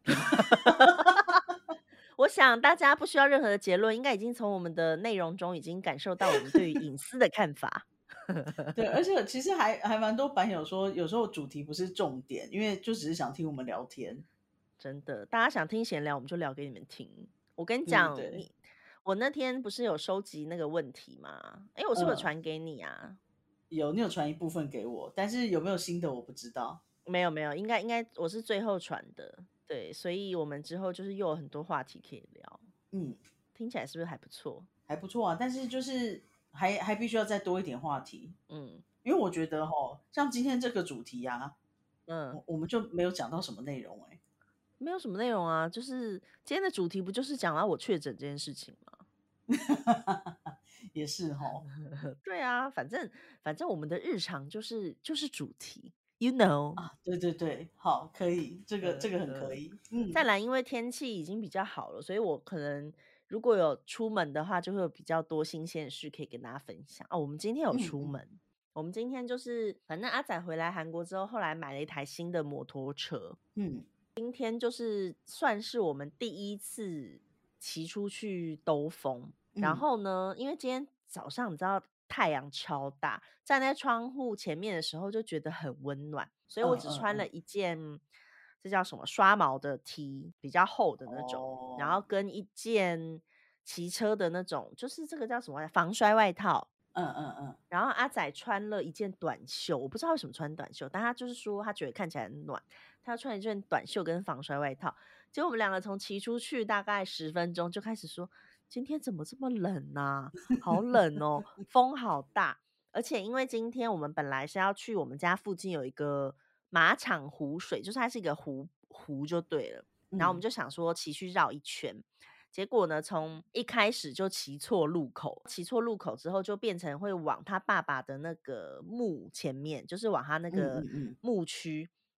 我想大家不需要任何的结论，应该已经从我们的内容中已经感受到我们对于隐私的看法。 对，而且其实还还蛮多版友说，有时候主题不是重点，因为就只是想听我们聊天。 真的，大家想听闲聊，我们就聊给你们听。我跟你对对讲， 对， 你我那天不是有收集那个问题吗？诶，我是不是有嗯， 传给你啊？ 有你有传一部分给我，但是有没有新的我不知道。 没有没有，应该应该我是最后传的。对，所以我们之后就是又有很多话题可以聊， 嗯， 听起来是不是还不错？ 还不错啊，但是就是还还必须要再多一点话题， 嗯因为我觉得哈，像今天这个主题啊， 嗯， 我我们就没有讲到什么内容哎、 没有什么内容啊，就是今天的主题不就是讲到我确诊这件事情吗？ 也是哈。 对啊，反正反正我们的日常就是就是主题，you know。 啊，对对对，好，可以，这个这个很可呃呃， 以。嗯再来，因为天气已经比较好了，所以我可能如果有出门的话，就会有比较多新鲜的事可以跟大家分享哦。我们今天有嗯嗯出门，我们今天就是反正阿仔回来韩国之后，后来买了一台新的摩托车， 嗯今天就是算是我们第一次骑出去兜风。然嗯， 后呢，因为今天早上你知道太阳超大，站在窗户前面的时候就觉得很温暖，所以我嗯嗯嗯， 只穿了一件这叫什么刷毛的 T，比较厚的那种，然后哦， 跟一件骑车的那种，就是这个叫什么防摔外套。 嗯嗯嗯， 然后阿仔穿了一件短袖，我不知道为什么穿短袖，但他就是说他觉得看起来很暖，他穿了一件短袖跟防摔外套。结果我们两个从骑出去大概十分钟就开始说，今天怎么这么冷呐、好冷哦，风好大。而且因为今天我们本来是要去我们家附近有一个马场湖水，就是它是一个湖湖就对了，然后我们嗯就想说骑去绕一圈。结果呢，从一开始就骑错路口，骑错路口之后就变成会往他爸爸的那个墓前面，就是往他那嗯个嗯嗯， 墓区。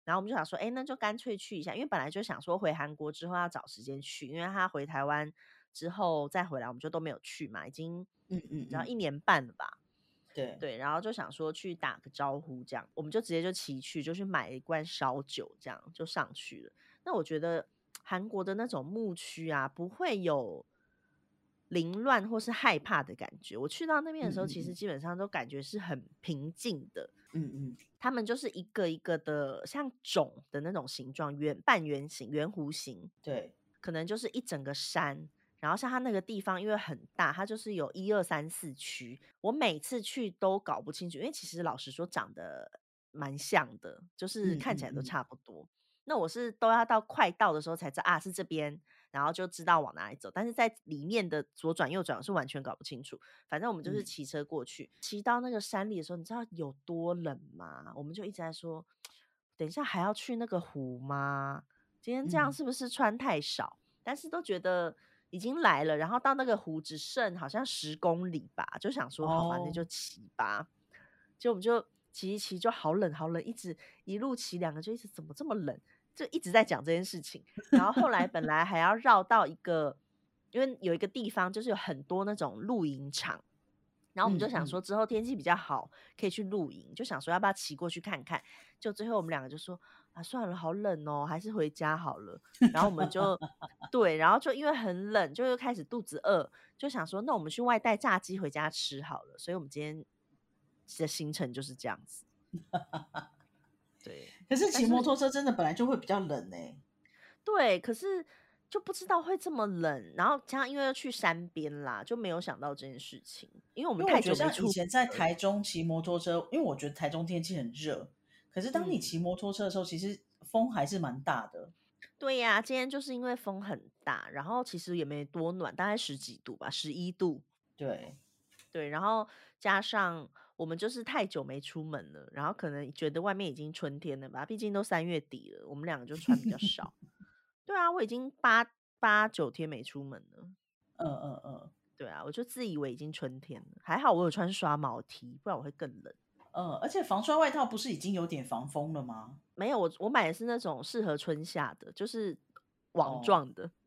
然后我们就想说，哎，那就干脆去一下，因为本来就想说回韩国之后要找时间去，因为他回台湾之后再回来，我们就都没有去嘛，已经嗯嗯嗯， 然后一年半了吧。 对， 对，然后就想说去打个招呼，这样我们就直接就骑去，就去买一罐烧酒，这样就上去了。那我觉得韩国的那种牧区啊，不会有凌乱或是害怕的感觉。我去到那边的时候，其实嗯嗯嗯基本上都感觉是很平静的。 嗯嗯， 他们就是一个一个的像种的那种形状，圆半圆形、圆弧形， 对， 可能就是一整个山。然后像它那个地方，因为很大，它就是有一二三四区。我每次去都搞不清楚，因为其实老实说长得蛮像的，就是嗯看起来都嗯嗯， 差不多。那我是都要到快到的时候才知道啊是这边，然后就知道往哪里走。但是在里面的左转右转我是完全搞不清楚。反正我们就是嗯骑车过去，骑到那个山里的时候，你知道有多冷吗？我们就一直在说，等一下还要去那个湖吗？今天这样嗯， 是不是穿太少？但是都觉得已经来了，然后到那个湖只剩好像十公里吧，就想说好吧，那就哦， 骑吧。结果我们就骑一骑，就好冷好冷，一直一路骑，两个就一直怎么这么冷，就一直在讲这件事情。然后后来本来还要绕到一个，因为有一个地方就是有很多那种露营场。然后我们就嗯嗯， 想说，之后天气比较好，可以去露营，就想说要不要骑过去看看。就最后我们两个就说啊，算了，好冷哦，还是回家好了。然后我们就对，然后就因为很冷，就又开始肚子饿，就想说，那我们去外带炸鸡回家吃好了。所以我们今天的行程就是这样子。对， 可是但是骑摩托车真的本来就会比较冷哎、 对，可是就不知道会这么冷。然后加上因为要去山边啦，就没有想到这件事情，因为我们太因为我觉得久没出像以前在门了。 台中骑摩托车，因为我觉得台中天气很热，可是当你嗯。 骑摩托车的时候，其实风还是蛮大的。 对呀，今天就是因为风很大，然后其实也没多暖，大概十几度吧，十一度。 对， 对，然后加上我们就是太久没出门了，然后可能觉得外面已经春天了吧，毕竟都三月底了，我们两个就穿比较少。对啊，我已经八八九天没出门了。 嗯嗯嗯对啊，我就自以为已经春天了，还好我有穿刷毛 T，不然我会更冷。 嗯，而且防摔外套不是已经有点防风了吗？ 没有，我我买的是那种适合春夏的，就是网哦， 状的。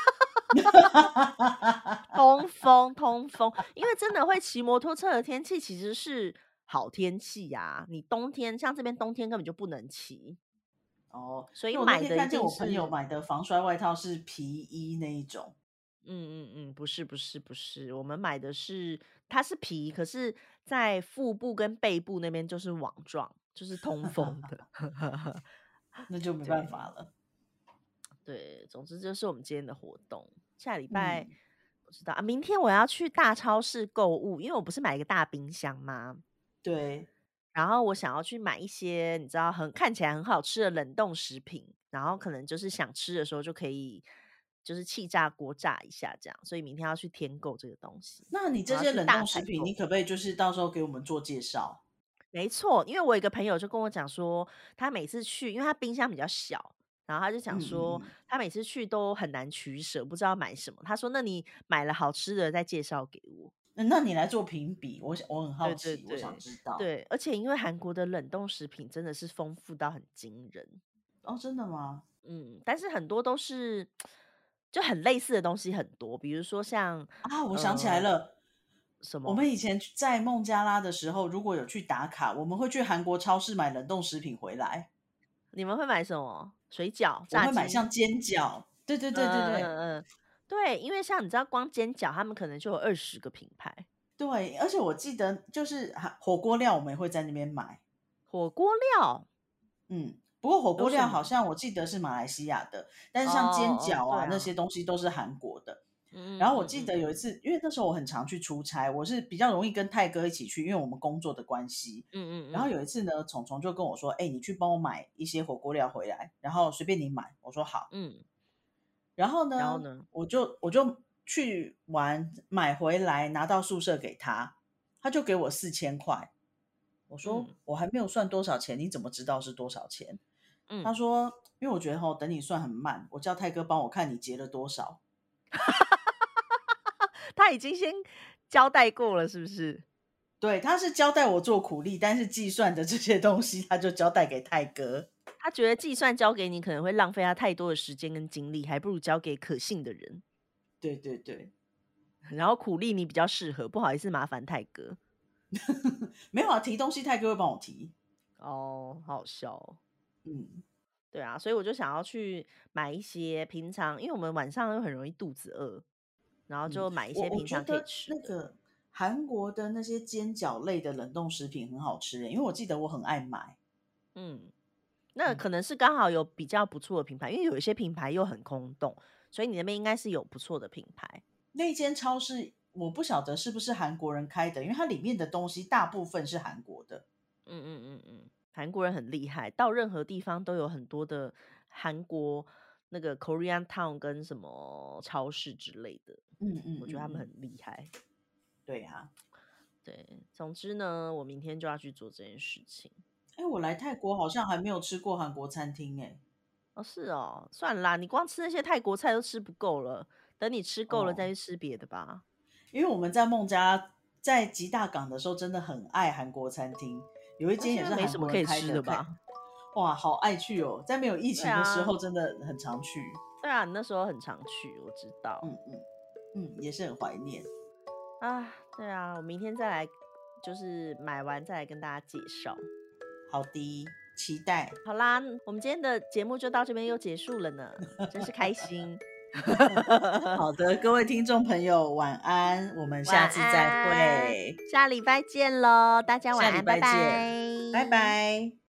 通风，通风，因为真的会骑摩托车的天气其实是好天气呀、你冬天像这边冬天根本就不能骑， 哦， 所以因为我那买的一天看见我朋友定是， 买的防摔外套是皮衣那一种。 嗯嗯嗯，不是不是不是，我们买的是它是皮，可是在腹部跟背部那边就是网状，就是通风的。 那就没办对法了。 对，总之就是我们今天的活动。下礼拜嗯， 不知道啊，明天我要去大超市购物，因为我不是买一个大冰箱吗？ 对， 然后我想要去买一些你知道很看起来很好吃的冷冻食品，然后可能就是想吃的时候就可以就是气炸锅炸一下这样，所以明天要去添购这个东西， 那你我要去这些冷冻食品， 大采购。 你可不可以就是到时候给我们做介绍？ 没错，因为我有一个朋友就跟我讲说，他每次去，因为他冰箱比较小，然后他就嗯讲说， 嗯嗯。 他每次去都很难取舍，不知道买什么。他说：“那你买了好吃的再介绍给我。” 嗯那你来做评比，我想我很好对对奇，我想对知道。 对，而且因为韩国的冷冻食品真的是丰富到很惊人。 哦，真的吗？ 嗯，但是很多都是就很类似的东西很多，比如说像啊，我想起来呃了， 什么， 我们以前去在孟加拉的时候，如果有去打卡，我们会去韩国超市买冷冻食品回来， 你们会买什么？水饺、 我会买炸鸡？ 像煎饺，对对对对嗯对嗯嗯，对，因为像你知道，光煎饺他们可能就有二十个品牌， 对，而且我记得就是韩火锅料，我们也会在那边买， 火锅料嗯，不过火锅料好有什么？ 像我记得是马来西亚的，但哦是像煎哦， 饺啊那对啊， 些东西都是韩国的。 嗯嗯然后我记嗯嗯嗯得有一次，因为那时候我很常去出差，我是比较容易跟泰哥一起去，因为我们工作的关系。然后嗯嗯嗯有一次呢，虫虫就跟我说：“哎、你去帮我买一些火锅料回来，然后随便你买。”我说好。 嗯， 然后呢， 然后呢？ 我就我就去玩，买回来拿到宿舍给他，他就给我四千块。我说嗯我还没有算多少钱，你怎么知道是多少钱？他嗯， 说，因为我觉得吼，等你算很慢，我叫泰哥帮我看你结了多少。 他已经先交代过了，是不是？ 对，他是交代我做苦力，但是计算的这些东西，他就交代给泰哥。 他觉得计算交给你可能会浪费他太多的时间跟精力，还不如交给可信的人。 对对对， 然后苦力你比较适合，不好意思麻烦泰哥。 没有啊，提东西泰哥会帮我提。 哦，好好笑哦。 嗯， 对啊，所以我就想要去买一些平常，因为我们晚上又很容易肚子饿，然后嗯， 就买一我些平常可以我觉得吃的。 那个韩国的那些煎饺类的冷冻食品很好吃耶，因为我记得我很爱买。 嗯，那嗯， 可能是刚好有比较不错的品牌，因为有一些品牌又很空洞，所以你那边应该是有不错的品牌。 那间超市我不晓得是不是韩国人开的，因为它里面的东西大部分是韩国的。 嗯嗯嗯嗯，韩国人很厉害，到任何地方都有很多的韩国那个 Korean Town 跟什么超市之类的， 嗯嗯我觉得他们嗯嗯， 很厉害。 对呀、啊。 对，总之呢，我明天就要去做这件事情。 哎，我来泰国好像还没有吃过韩国餐厅哎。 哦，是哦，算啦，你光吃那些泰国菜都吃不够了，等你吃够了哦， 再去吃别的吧。 因为我们在孟加在吉大港的时候，真的很爱韩国餐厅，有一那是因为没间也是韩什么可以国人开的，开吃的吧？ 哇，好爱去哦！在没有疫情的时对啊， 候，真的很常去。 对啊，你那时候很常去，我知道。 嗯嗯嗯，也是很怀念。 啊，对啊，我明天再来，就是买完再来跟大家介绍。 好的，期待。 好啦，我们今天的节目就到这边又结束了呢，真是开心。 好的，各位听众朋友，晚安，我们下晚次再安， 会， 下礼拜见喽，大家晚下礼安，拜拜见，拜拜。 拜。